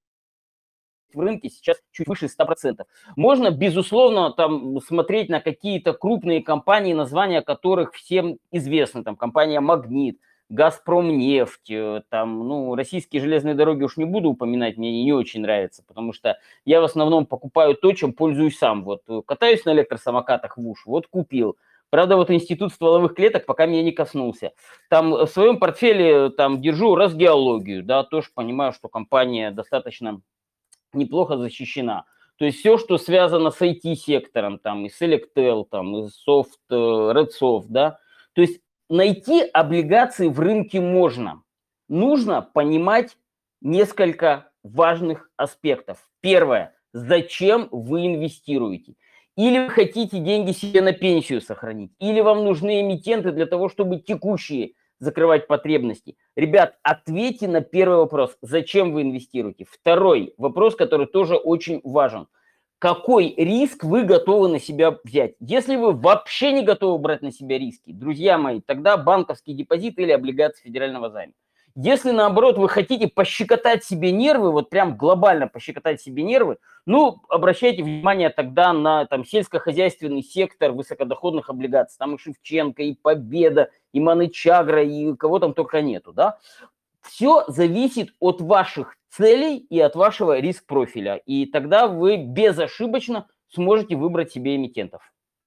в рынке сейчас чуть выше 100%. Можно, безусловно, там смотреть на какие-то крупные компании, названия которых всем известны. Там компания «Магнит», «Газпромнефть», там, ну, российские железные дороги уж не буду упоминать, мне они не очень нравятся, потому что я в основном покупаю то, чем пользуюсь сам. Вот катаюсь на электросамокатах в УШ, вот купил. Правда, вот институт стволовых клеток пока меня не коснулся. Там в своем портфеле там держу Росгеологию, да, тоже понимаю, что компания достаточно неплохо защищена. То есть все, что связано с IT-сектором, там, и с Electel, там, и Redsoft, да, то есть найти облигации в рынке можно. Нужно понимать несколько важных аспектов. Первое. Зачем вы инвестируете? Или вы хотите деньги себе на пенсию сохранить, или вам нужны эмитенты для того, чтобы текущие закрывать потребности. Ребят, ответьте на первый вопрос. Зачем вы инвестируете? Второй вопрос, который тоже очень важен. Какой риск вы готовы на себя взять? Если вы вообще не готовы брать на себя риски, друзья мои, тогда банковский депозит или облигации федерального займа. Если, наоборот, вы хотите пощекотать себе нервы, вот прям глобально пощекотать себе нервы, ну, обращайте внимание тогда на там, сельскохозяйственный сектор высокодоходных облигаций. Там и Шевченко, и Победа, и Манычагра, и кого там только нету, да. Все зависит от ваших целей и от вашего риск-профиля. И тогда вы безошибочно сможете выбрать себе эмитентов.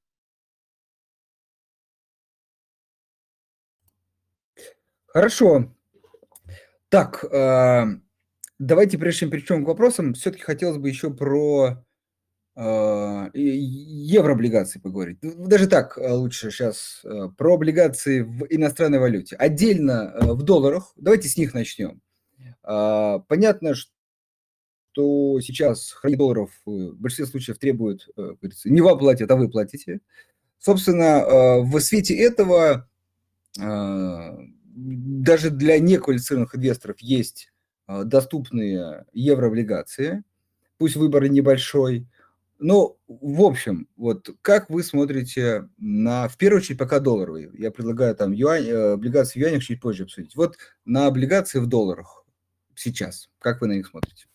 Хорошо. Так, давайте, прежде чем перейдем к вопросам, все-таки хотелось бы еще про еврооблигации поговорить. Даже так лучше сейчас про облигации в иностранной валюте. Отдельно в долларах. Давайте с них начнем. Понятно, что сейчас хранение долларов в большинстве случаев требует, не вам платят, а вы платите. Собственно, в свете этого даже для неквалифицированных инвесторов есть доступные еврооблигации, пусть выбор и небольшой. Но, в общем, вот как вы смотрите на, в первую очередь, пока долларовые, я предлагаю там облигации в юанях чуть позже обсудить, вот на облигации в долларах сейчас, как вы на них смотрите?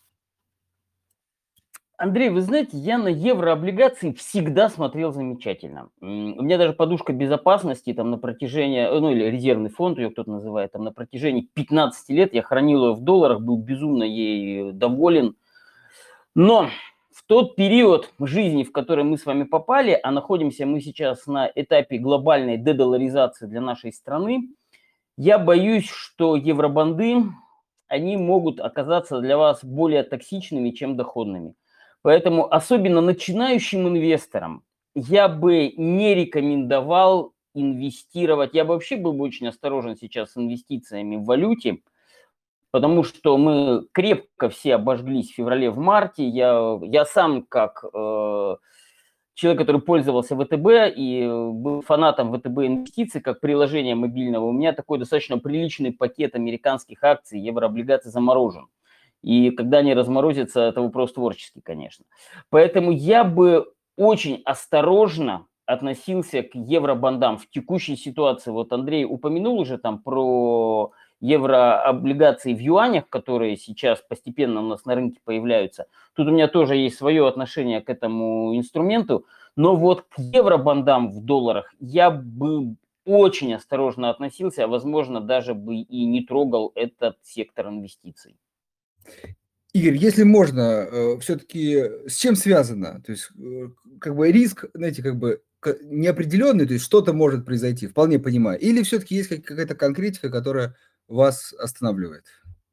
Андрей, вы знаете, я на еврооблигации всегда смотрел замечательно. У меня даже подушка безопасности там на протяжении, ну или резервный фонд, ее кто-то называет, там на протяжении 15 лет я хранил ее в долларах, был безумно ей доволен. Но в тот период жизни, в который мы с вами попали, а находимся мы сейчас на этапе глобальной дедоларизации для нашей страны, я боюсь, что евробанды, они могут оказаться для вас более токсичными, чем доходными. Поэтому особенно начинающим инвесторам я бы не рекомендовал инвестировать. Я бы вообще был бы очень осторожен сейчас с инвестициями в валюте, потому что мы крепко все обожглись в феврале, в марте. Я сам как человек, который пользовался ВТБ и был фанатом ВТБ инвестиций как приложения мобильного, у меня такой достаточно приличный пакет американских акций, еврооблигаций заморожен. И когда они разморозятся, это вопрос творческий, конечно. Поэтому я бы очень осторожно относился к евробандам в текущей ситуации. Вот Андрей упомянул уже там про еврооблигации в юанях, которые сейчас постепенно у нас на рынке появляются. Тут у меня тоже есть свое отношение к этому инструменту. Но вот к евробандам в долларах я бы очень осторожно относился, а возможно даже бы и не трогал этот сектор инвестиций. Игорь, если можно, все-таки с чем связано? То есть, как бы риск, знаете, как бы неопределенный, то есть что-то может произойти, вполне понимаю. Или все-таки есть какая-то конкретика, которая вас останавливает?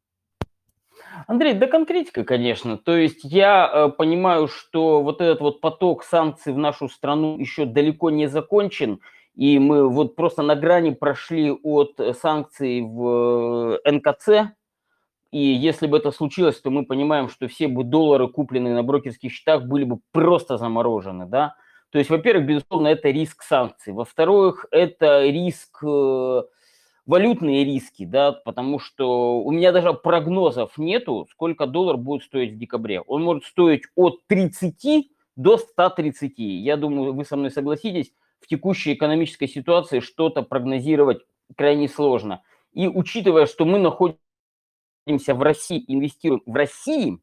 Андрей, да конкретика, конечно. То есть я понимаю, что вот этот вот поток санкций в нашу страну еще далеко не закончен, и мы вот просто на грани прошли от санкций в НКЦ, и если бы это случилось, то мы понимаем, что все бы доллары, купленные на брокерских счетах, были бы просто заморожены, да. То есть, во-первых, безусловно, это риск санкций. Во-вторых, это риск, валютные риски, да, потому что у меня даже прогнозов нету, сколько доллар будет стоить в декабре. Он может стоить от 30 до 130. Я думаю, вы со мной согласитесь, в текущей экономической ситуации что-то прогнозировать крайне сложно. И учитывая, что мы находимся в России, инвестируем в России,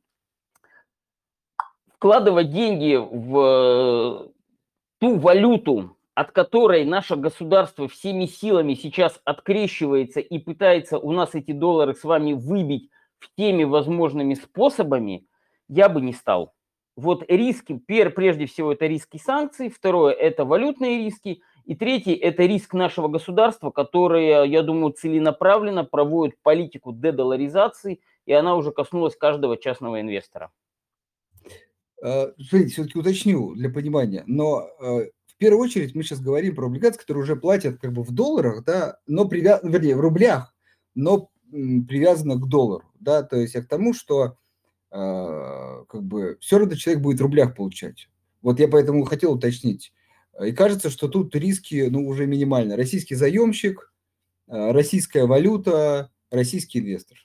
вкладывать деньги в ту валюту, от которой наше государство всеми силами сейчас открещивается и пытается у нас эти доллары с вами выбить всеми возможными способами, я бы не стал. Вот риски, прежде всего, это риски санкций, второе, это валютные риски, И третий – это риск нашего государства, которое, я думаю, целенаправленно проводит политику дедоларизации, и она уже коснулась каждого частного инвестора. Жень, все-таки уточню для понимания, но в первую очередь мы сейчас говорим про облигации, которые уже платят как бы в долларах, да, но вернее, в рублях, но привязано к доллару, да, то есть я к тому, что как бы все равно человек будет в рублях получать. Вот я поэтому хотел уточнить. И кажется, что тут риски, ну, уже минимальны. Российский заемщик, российская валюта, российский инвестор.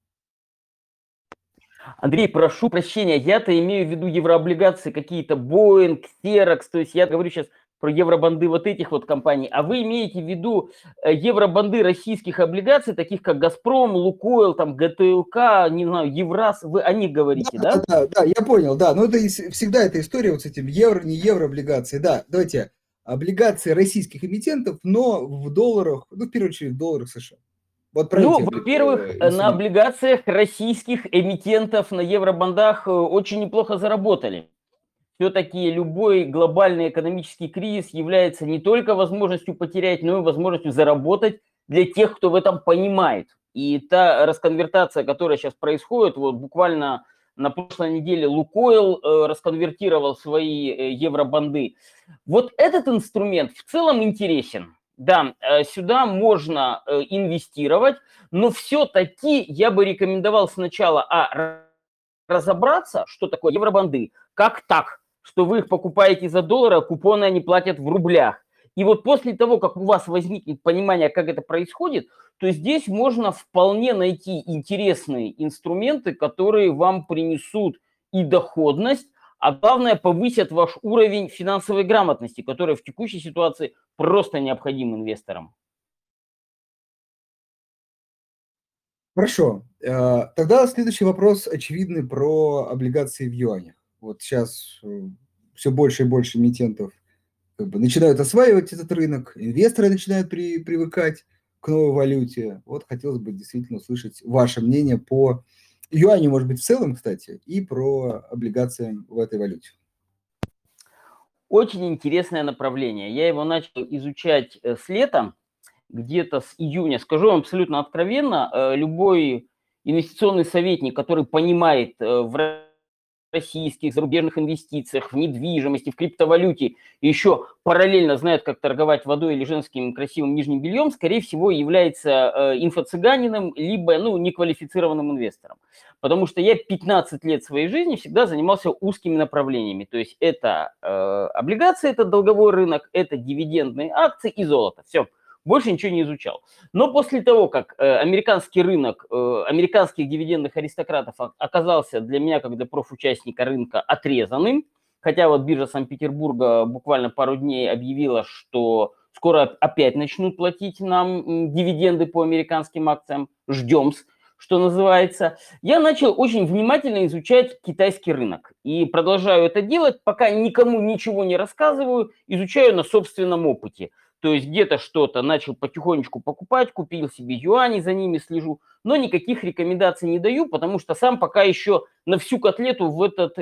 Андрей, прошу прощения, я-то имею в виду еврооблигации, какие-то Boeing, Xerox, то есть я говорю сейчас про евробанды вот этих вот компаний, а вы имеете в виду евробанды российских облигаций, таких как «Газпром», «Лукойл», там, ГТЛК, не знаю, Евраз, вы о них говорите, да? Да, я понял, да, но это всегда эта история вот с этим евро, не евро облигации, да, давайте, облигации российских эмитентов, но в долларах, ну, в первую очередь, в долларах США. Вот про Ну, эти во-первых, на инструменты. облигациях российских эмитентов на евробандах очень неплохо заработали. Все-таки любой глобальный экономический кризис является не только возможностью потерять, но и возможностью заработать для тех, кто в этом понимает. И та расконвертация, которая сейчас происходит, вот буквально на прошлой неделе Лукойл расконвертировал свои евробанды. Вот этот инструмент в целом интересен. Да, сюда можно инвестировать, но все-таки я бы рекомендовал сначала разобраться, что такое евробанды, как так, что вы их покупаете за доллары, а купоны они платят в рублях. И вот после того, как у вас возникнет понимание, как это происходит, то здесь можно вполне найти интересные инструменты, которые вам принесут и доходность, а главное повысят ваш уровень финансовой грамотности, который в текущей ситуации просто необходим инвесторам. Хорошо, тогда следующий вопрос очевидный про облигации в юанях. Вот сейчас все больше и больше эмитентов как бы начинают осваивать этот рынок, инвесторы начинают привыкать к новой валюте. Вот хотелось бы действительно услышать ваше мнение по юаню, может быть, в целом, кстати, и про облигации в этой валюте. Очень интересное направление. Я его начал изучать с лета, где-то с июня. Скажу вам абсолютно откровенно, любой инвестиционный советник, который понимает в российских, зарубежных инвестициях, в недвижимости, в криптовалюте, и еще параллельно знает, как торговать водой или женским красивым нижним бельем, скорее всего, является инфо-цыганином, либо неквалифицированным инвестором. Потому что я 15 лет своей жизни всегда занимался узкими направлениями. То есть это облигации, это долговой рынок, это дивидендные акции и золото. Все. Больше ничего не изучал. Но после того, как американский рынок американских дивидендных аристократов оказался для меня, как для профучастника рынка, отрезанным, хотя вот биржа Санкт-Петербурга буквально пару дней объявила, что скоро опять начнут платить нам дивиденды по американским акциям, ждем, что называется, я начал очень внимательно изучать китайский рынок. И продолжаю это делать, пока никому ничего не рассказываю, изучаю на собственном опыте. То есть где-то что-то начал потихонечку покупать, купил себе юани, за ними слежу, но никаких рекомендаций не даю, потому что сам пока еще на всю котлету в этот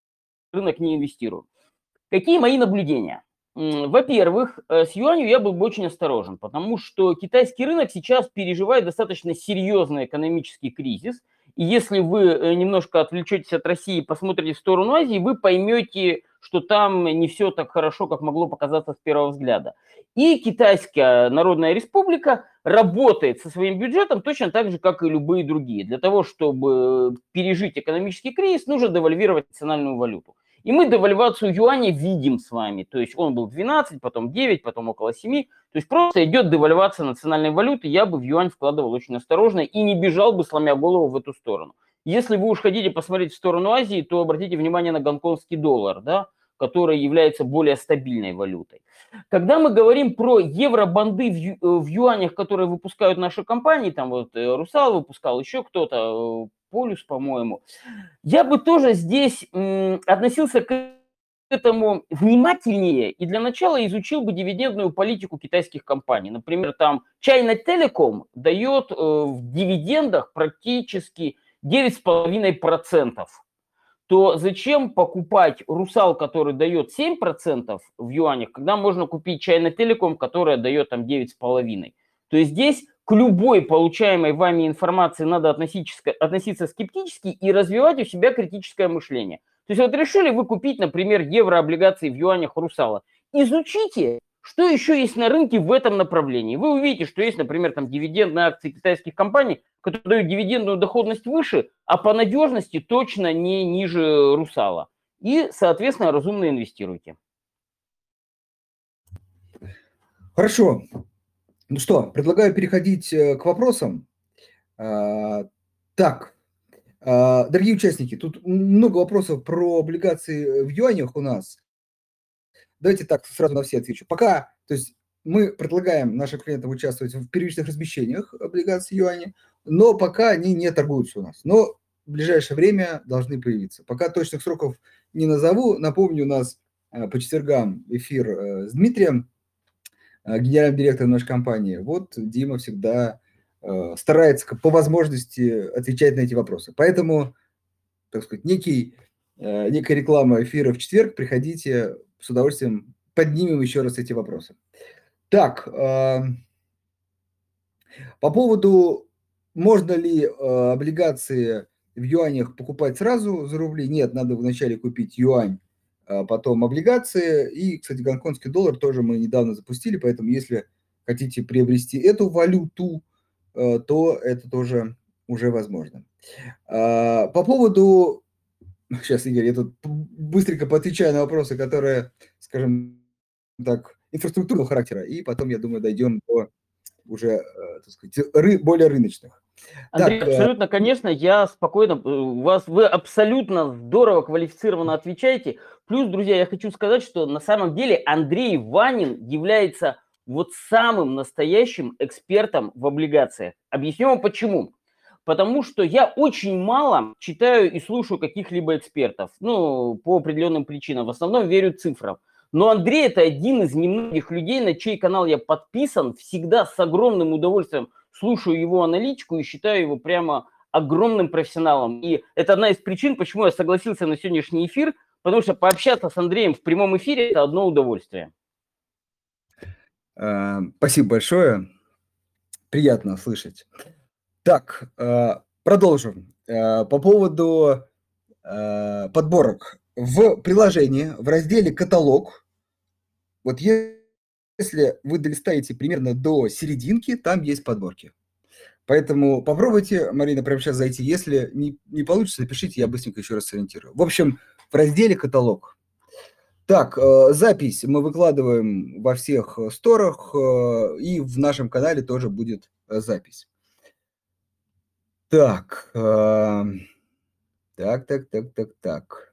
рынок не инвестирую. Какие мои наблюдения? Во-первых, с юанью я был бы очень осторожен, потому что китайский рынок сейчас переживает достаточно серьезный экономический кризис. И если вы немножко отвлечетесь от России и посмотрите в сторону Азии, вы поймете, что там не все так хорошо, как могло показаться с первого взгляда. И Китайская Народная Республика работает со своим бюджетом точно так же, как и любые другие. Для того, чтобы пережить экономический кризис, нужно девальвировать национальную валюту. И мы девальвацию юаня видим с вами. То есть он был 12, потом 9, потом около 7. То есть просто идет девальвация национальной валюты. Я бы в юань вкладывал очень осторожно и не бежал бы, сломя голову, в эту сторону. Если вы уж хотите посмотреть в сторону Азии, то обратите внимание на гонконгский доллар, да, который является более стабильной валютой. Когда мы говорим про евробанды в юанях, которые выпускают наши компании, там вот Русал выпускал, еще кто-то, Полюс, по-моему, я бы тоже здесь относился к этому внимательнее и для начала изучил бы дивидендную политику китайских компаний. Например, там China Telecom дает в дивидендах практически 9,5%. то зачем покупать Русал, который дает 7% в юанях, когда можно купить China Telecom, которая дает там 9,5%? То есть здесь к любой получаемой вами информации надо относиться скептически и развивать у себя критическое мышление. То есть вот решили вы купить, например, еврооблигации в юанях Русала. Изучите, что еще есть на рынке в этом направлении. Вы увидите, что есть, например, там дивидендные акции китайских компаний, которые дают дивидендную доходность выше, а по надежности точно не ниже Русала. И, соответственно, разумно инвестируйте. Хорошо. Ну что, предлагаю переходить к вопросам. Так, дорогие участники, тут много вопросов про облигации в юанях у нас. Давайте так сразу на все отвечу. Пока, то есть мы предлагаем нашим клиентам участвовать в первичных размещениях облигаций юаня, но пока они не торгуются у нас. Но в ближайшее время должны появиться. Пока точных сроков не назову. Напомню, у нас по четвергам эфир с Дмитрием, генеральным директором нашей компании. Вот Дима всегда старается по возможности отвечать на эти вопросы. Поэтому, так сказать, некая реклама эфира в четверг. Приходите, с удовольствием поднимем еще раз эти вопросы. Так, по поводу, можно ли облигации в юанях покупать сразу за рубли? Нет, надо вначале купить юань, потом облигации. И, кстати, гонконгский доллар тоже мы недавно запустили, поэтому если хотите приобрести эту валюту, то это тоже уже возможно. По поводу... Сейчас, Игорь, я тут быстренько поотвечаю на вопросы, которые, скажем так, инфраструктурного характера, и потом, я думаю, дойдем до уже, так сказать, более рыночных. Андрей, Так, абсолютно, конечно, я спокойно, вы абсолютно здорово, квалифицированно отвечаете. Плюс, друзья, я хочу сказать, что на самом деле Андрей Ванин является вот самым настоящим экспертом в облигациях. Объясню вам почему. Потому что я очень мало читаю и слушаю каких-либо экспертов, ну, по определенным причинам. В основном верю цифрам. Но Андрей – это один из немногих людей, на чей канал я подписан, всегда с огромным удовольствием слушаю его аналитику и считаю его прямо огромным профессионалом. И это одна из причин, почему я согласился на сегодняшний эфир, потому что пообщаться с Андреем в прямом эфире – это одно удовольствие. спасибо большое. Приятно слышать. Так, продолжим. По поводу подборок. В приложении, в разделе «Каталог», вот если вы долистаете примерно до серединки, там есть подборки. Поэтому попробуйте, Марина, прямо сейчас зайти. Если не получится, напишите, я быстренько еще раз сориентирую. В общем, в разделе «Каталог». Так, запись мы выкладываем во всех сторах, и в нашем канале тоже будет запись. Так, так.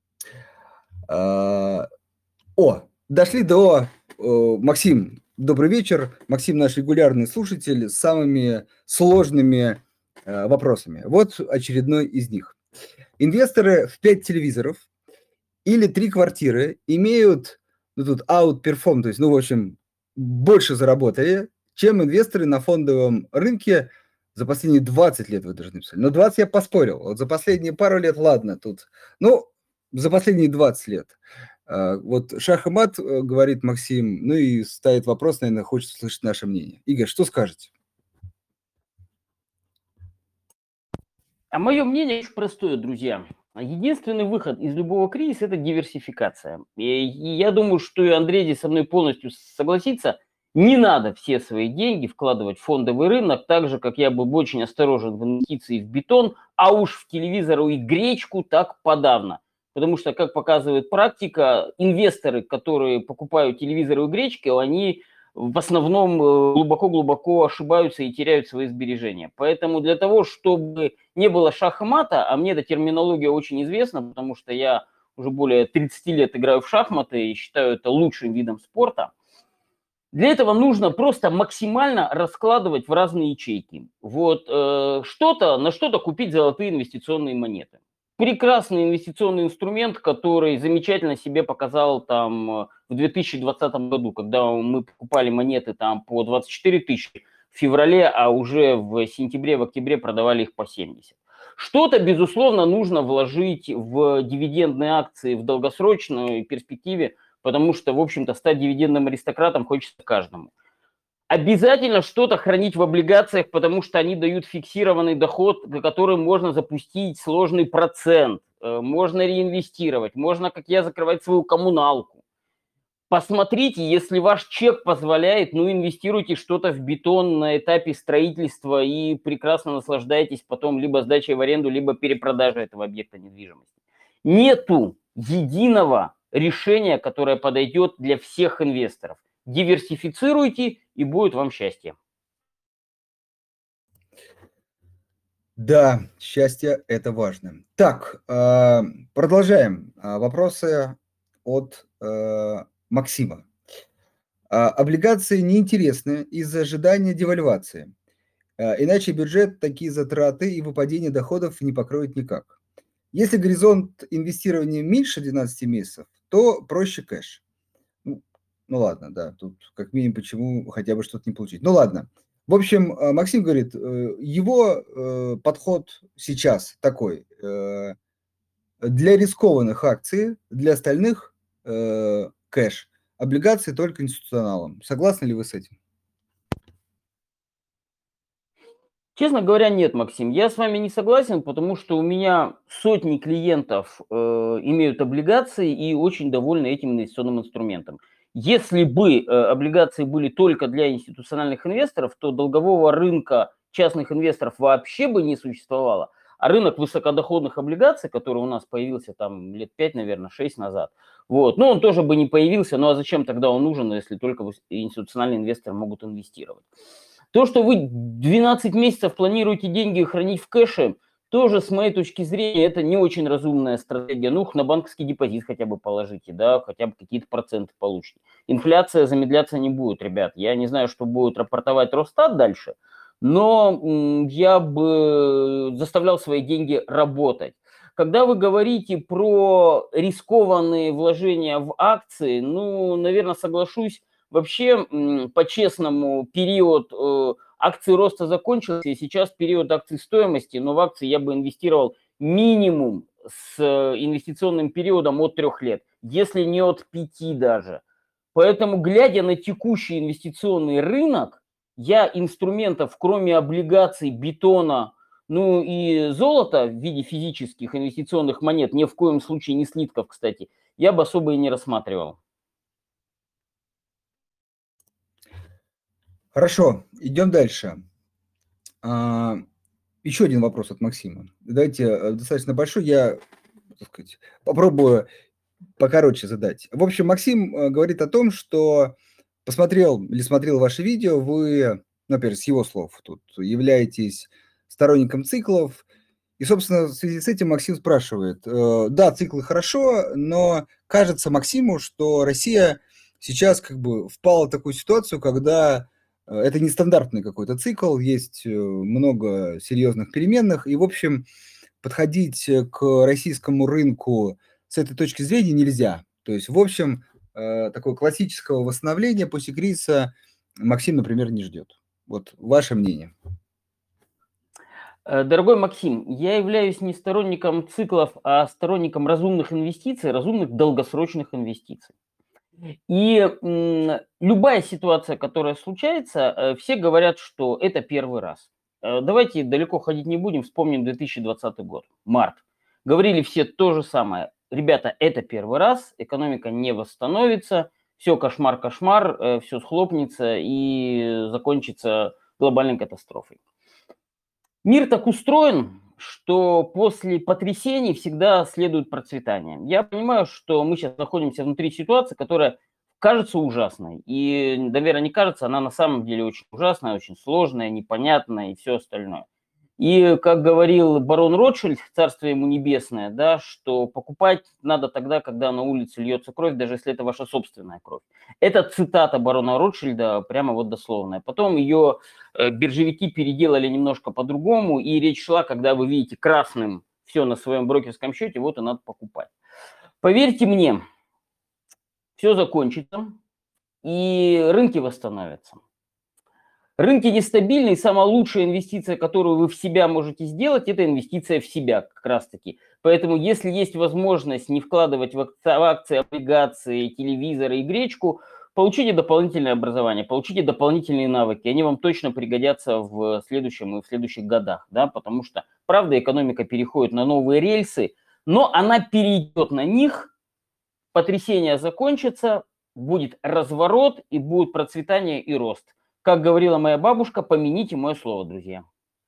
Дошли до... Максим, добрый вечер. Максим наш регулярный слушатель с самыми сложными вопросами. Вот очередной из них. Инвесторы в 5 телевизоров или 3 квартиры имеют, тут outperform, то есть, в общем, больше заработали, чем инвесторы на фондовом рынке за последние 20 лет, вы даже написали. Но 20 я поспорил. Вот за последние пару лет, ладно, тут. За последние 20 лет. Вот шах и мат, говорит Максим, и ставит вопрос, наверное, хочет слышать наше мнение. Игорь, что скажете? А мое мнение очень простое, друзья. Единственный выход из любого кризиса – это диверсификация. И я думаю, что и Андрей здесь со мной полностью согласится. Не надо все свои деньги вкладывать в фондовый рынок, так же, как я был бы очень осторожен в инвестиции в бетон, а уж в телевизор и гречку так подавно. Потому что, как показывает практика, инвесторы, которые покупают телевизоры и гречки, они в основном глубоко-глубоко ошибаются и теряют свои сбережения. Поэтому для того, чтобы не было шаха мата, а мне эта терминология очень известна, потому что я уже более 30 лет играю в шахматы и считаю это лучшим видом спорта, для этого нужно просто максимально раскладывать в разные ячейки. Вот на что-то купить золотые инвестиционные монеты. Прекрасный инвестиционный инструмент, который замечательно себе показал там в 2020 году, когда мы покупали монеты там по 24 тысячи в феврале, а уже в сентябре, в октябре продавали их по 70. Что-то, безусловно, нужно вложить в дивидендные акции в долгосрочной перспективе, потому что, в общем-то, стать дивидендным аристократом хочется каждому. Обязательно что-то хранить в облигациях, потому что они дают фиксированный доход, за который можно запустить сложный процент, можно реинвестировать, можно, как я, закрывать свою коммуналку. Посмотрите, если ваш чек позволяет, ну, инвестируйте что-то в бетон на этапе строительства и прекрасно наслаждайтесь потом либо сдачей в аренду, либо перепродажей этого объекта недвижимости. Нету единого решения, которое подойдет для всех инвесторов. Диверсифицируйте, и будет вам счастье. Да, счастье – это важно. Так, продолжаем. Вопросы от Максима. Облигации неинтересны из-за ожидания девальвации. Иначе бюджет такие затраты и выпадение доходов не покроет никак. Если горизонт инвестирования меньше 12 месяцев, то проще кэш. Ну, ну ладно, да, тут как минимум почему хотя бы что-то не получить. Ну ладно. В общем, Максим говорит, его подход сейчас такой. Для рискованных акций, для остальных кэш, облигации только институционалам. Согласны ли вы с этим? Честно говоря, нет, Максим, я с вами не согласен, потому что у меня сотни клиентов имеют облигации и очень довольны этим инвестиционным инструментом. Если бы облигации были только для институциональных инвесторов, то долгового рынка частных инвесторов вообще бы не существовало. А рынок высокодоходных облигаций, который у нас появился там лет 5, наверное, 6 назад, вот, ну он тоже бы не появился, ну а зачем тогда он нужен, если только институциональные инвесторы могут инвестировать? То, что вы 12 месяцев планируете деньги хранить в кэше, тоже, с моей точки зрения, это не очень разумная стратегия. Ну, на банковский депозит хотя бы положите, да, хотя бы какие-то проценты получите. Инфляция замедляться не будет, ребят. Я не знаю, что будет рапортовать Росстат дальше, но я бы заставлял свои деньги работать. Когда вы говорите про рискованные вложения в акции, ну, наверное, соглашусь. Вообще, по-честному, период акций роста закончился, и сейчас период акций стоимости, но в акции я бы инвестировал минимум с инвестиционным периодом от 3 лет, если не от 5 даже. Поэтому, глядя на текущий инвестиционный рынок, я инструментов, кроме облигаций, бетона, ну и золота в виде физических инвестиционных монет, ни в коем случае не слитков, кстати, я бы особо и не рассматривал. Хорошо, идем дальше. Еще один вопрос от Максима. Давайте достаточно большой, я, так сказать, попробую покороче задать. В общем, Максим говорит о том, что посмотрел или смотрел ваше видео, вы, ну, во-первых, с его слов, тут являетесь сторонником циклов. И, собственно, в связи с этим Максим спрашивает, да, циклы хорошо, но кажется Максиму, что Россия сейчас как бы впала в такую ситуацию, когда это нестандартный какой-то цикл, есть много серьезных переменных, и, в общем, подходить к российскому рынку с этой точки зрения нельзя. То есть, в общем, такого классического восстановления после кризиса Максим, например, не ждет. Вот ваше мнение. Дорогой Максим, я являюсь не сторонником циклов, а сторонником разумных инвестиций, разумных долгосрочных инвестиций. И любая ситуация, которая случается, все говорят, что это первый раз. Давайте далеко ходить не будем, вспомним 2020 год, март. Говорили все то же самое. Ребята, это первый раз, экономика не восстановится, все кошмар-кошмар, все схлопнется и закончится глобальной катастрофой. Мир так устроен, что после потрясений всегда следует процветание. Я понимаю, что мы сейчас находимся внутри ситуации, которая кажется ужасной. И, наверное, не кажется, она на самом деле очень ужасная, очень сложная, непонятная и все остальное. И, как говорил барон Ротшильд, царствие ему небесное, да, что покупать надо тогда, когда на улице льется кровь, даже если это ваша собственная кровь. Это цитата барона Ротшильда, прямо вот дословная. Потом ее биржевики переделали немножко по-другому, и речь шла, когда вы видите красным все на своем брокерском счете, вот и надо покупать. Поверьте мне, все закончится, и рынки восстановятся. Рынки нестабильны, и самая лучшая инвестиция, которую вы в себя можете сделать, это инвестиция в себя как раз-таки. Поэтому если есть возможность не вкладывать в акции, облигации, телевизоры и гречку, получите дополнительное образование, получите дополнительные навыки. Они вам точно пригодятся в следующем и в следующих годах, да, потому что, правда, экономика переходит на новые рельсы, но она перейдет на них, потрясение закончится, будет разворот и будет процветание и рост. Как говорила моя бабушка, помяните мое слово, друзья.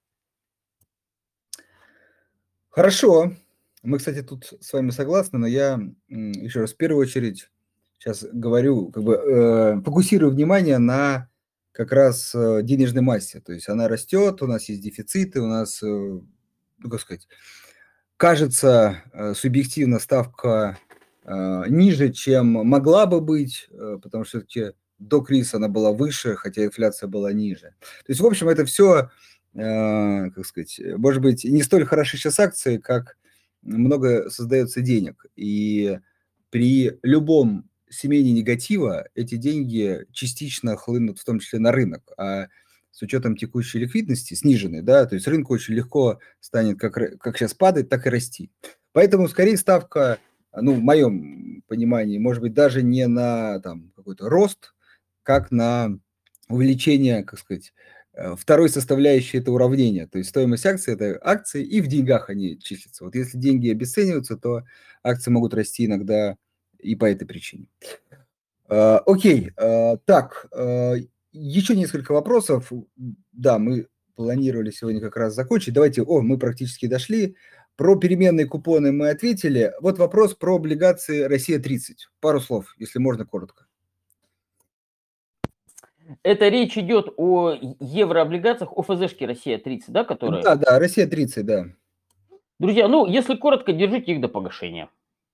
Хорошо. Мы, кстати, тут с вами согласны, но я еще раз в первую очередь сейчас говорю, как бы фокусирую внимание на как раз денежной массе. То есть она растет, у нас есть дефициты, у нас, ну, как сказать, кажется, субъективно ставка ниже, чем могла бы быть, потому что все-таки до кризиса она была выше, хотя инфляция была ниже. То есть, в общем, это все, как сказать, может быть, не столь хороши сейчас акции, как много создается денег. И при любом смене негатива эти деньги частично хлынут, в том числе на рынок. А с учетом текущей ликвидности, сниженной, да, то есть рынку очень легко станет как сейчас падать, так и расти. Поэтому скорее ставка, ну, в моем понимании, может быть, даже не на там какой-то рост, как на увеличение, как сказать, второй составляющей этого уравнения. То есть стоимость акций – это акции, и в деньгах они числятся. Вот если деньги обесцениваются, то акции могут расти иногда и по этой причине. Окей, так, еще несколько вопросов. Да, мы планировали сегодня как раз закончить. Давайте, мы практически дошли. Про переменные купоны мы ответили. Вот вопрос про облигации «Россия-30». Пару слов, если можно, коротко. Это речь идет о еврооблигациях, о ФЗшке «Россия-30», да, которые? Да, «Россия-30», да. Друзья, ну, если коротко, держите их до погашения.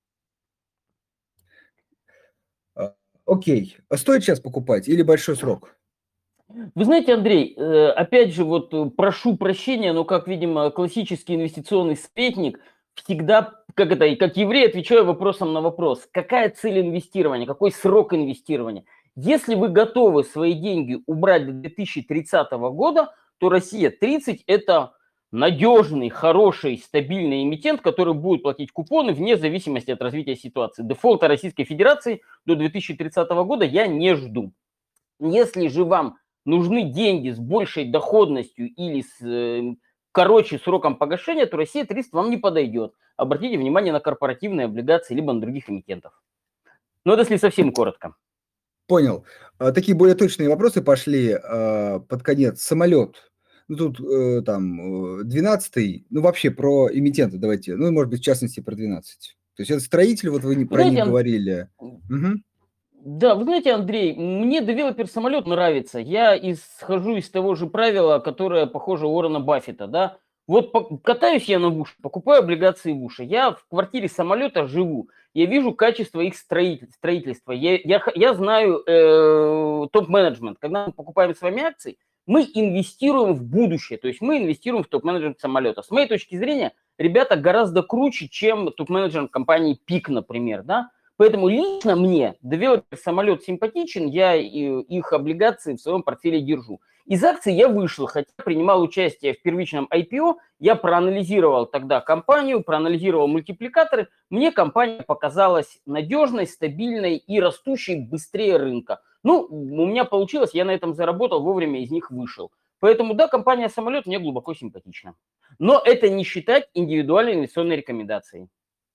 Окей. Стоит сейчас покупать или большой срок? Вы знаете, Андрей, опять же, вот прошу прощения, но как, видимо, классический инвестиционный сплетник, всегда, как еврей, отвечаю вопросом на вопрос. Какая цель инвестирования, какой срок инвестирования? Если вы готовы свои деньги убрать до 2030 года, то Россия-30 – это надежный, хороший, стабильный эмитент, который будет платить купоны вне зависимости от развития ситуации. Дефолта Российской Федерации до 2030 года я не жду. Если же вам нужны деньги с большей доходностью или с короче сроком погашения, то Россия-30 вам не подойдет. Обратите внимание на корпоративные облигации либо на других эмитентов. Но это если совсем коротко. Понял. Такие более точные вопросы пошли под конец. Самолет. Ну, тут там 12-й, ну, вообще про эмитенты давайте. Ну, может быть, в частности, про 12. То есть это строитель, вот вы про них Знаете, говорили. Угу. Да, вы знаете, Андрей, мне девелопер самолет нравится. Я исхожу из того же правила, которое похоже у Уоррена Баффета, да. Вот катаюсь я на Буше, покупаю облигации Буша. Я в квартире самолета живу. Я вижу качество их строительства. Я знаю топ-менеджмент. Когда мы покупаем с вами акции, мы инвестируем в будущее. То есть мы инвестируем в топ-менеджмент самолета. С моей точки зрения, ребята гораздо круче, чем топ-менеджмент компании ПИК, например, да. Поэтому лично мне девелопер самолет симпатичен, я их облигации в своем портфеле держу. Из акций я вышел, хотя принимал участие в первичном IPO, я проанализировал тогда компанию, проанализировал мультипликаторы, мне компания показалась надежной, стабильной и растущей быстрее рынка. Ну, у меня получилось, я на этом заработал, вовремя из них вышел. Поэтому да, компания самолет мне глубоко симпатична. Но это не считать индивидуальной инвестиционной рекомендацией.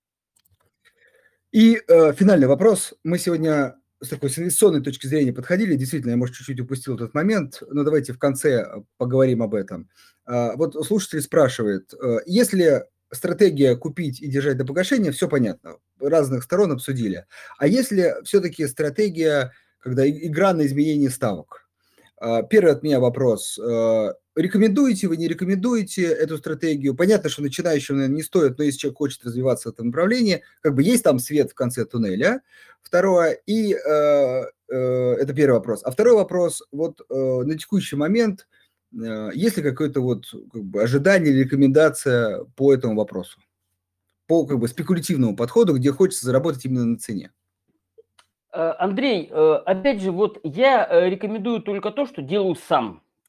И финальный вопрос. Мы сегодня с такой с инвестиционной точки зрения подходили. Действительно, я, может, чуть-чуть упустил этот момент, но давайте в конце поговорим об этом. Вот слушатель спрашивает, если стратегия купить и держать до погашения, все понятно, разных сторон обсудили. А если все-таки стратегия, когда игра на изменение ставок? Первый от меня вопрос. Рекомендуете вы, не рекомендуете эту стратегию? Понятно, что начинающим, наверное, не стоит, но если человек хочет развиваться в этом направлении, как бы есть там свет в конце туннеля. Второе, это первый вопрос. А второй вопрос, вот на текущий момент, есть ли какое-то вот как бы ожидание или рекомендация по этому вопросу? По как бы спекулятивному подходу, где хочется заработать именно на цене? Андрей, опять же, вот я рекомендую только то, что делаю сам.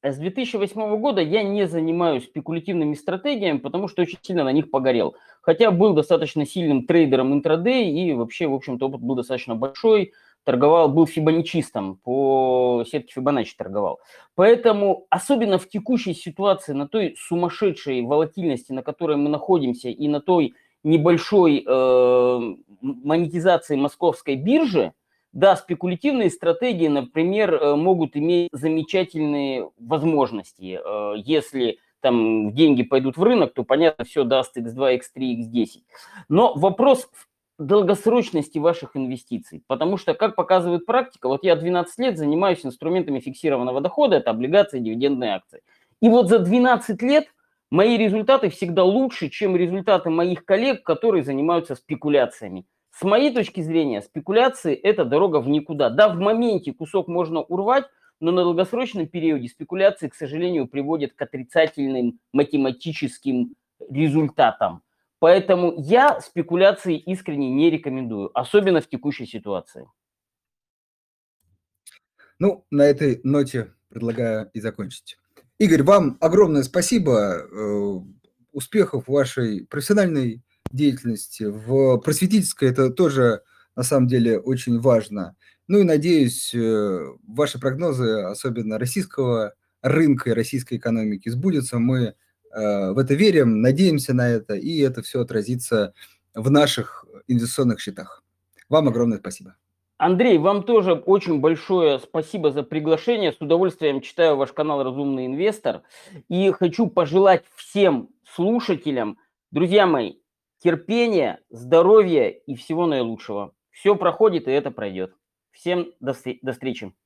С 2008 года я не занимаюсь спекулятивными стратегиями, потому что очень сильно на них погорел. Хотя был достаточно сильным трейдером интрадей и вообще, в общем-то, опыт был достаточно большой. Торговал, был фибоначчистом, по сетке Фибоначчи торговал. Поэтому, особенно в текущей ситуации, на той сумасшедшей волатильности, на которой мы находимся, и на той небольшой монетизации московской биржи, да, спекулятивные стратегии, например, могут иметь замечательные возможности. Если там деньги пойдут в рынок, то, понятно, все даст x2, x3, x10. Но вопрос в долгосрочности ваших инвестиций. Потому что, как показывает практика, вот я 12 лет занимаюсь инструментами фиксированного дохода, это облигации, дивидендные акции. И вот за 12 лет мои результаты всегда лучше, чем результаты моих коллег, которые занимаются спекуляциями. С моей точки зрения, спекуляции – это дорога в никуда. Да, в моменте кусок можно урвать, но на долгосрочном периоде спекуляции, к сожалению, приводят к отрицательным математическим результатам. Поэтому я спекуляции искренне не рекомендую, особенно в текущей ситуации. Ну, на этой ноте предлагаю и закончить. Игорь, вам огромное спасибо. Успехов в вашей профессиональной деятельности. В просветительской это тоже, на самом деле, очень важно. Ну и надеюсь, ваши прогнозы, особенно российского рынка и российской экономики, сбудутся. Мы в это верим, надеемся на это, и это все отразится в наших инвестиционных счетах. Вам огромное спасибо. Андрей, вам тоже очень большое спасибо за приглашение. С удовольствием читаю ваш канал «Разумный инвестор». И хочу пожелать всем слушателям, друзья мои, терпения, здоровья и всего наилучшего. Все проходит, и это пройдет. Всем до встречи.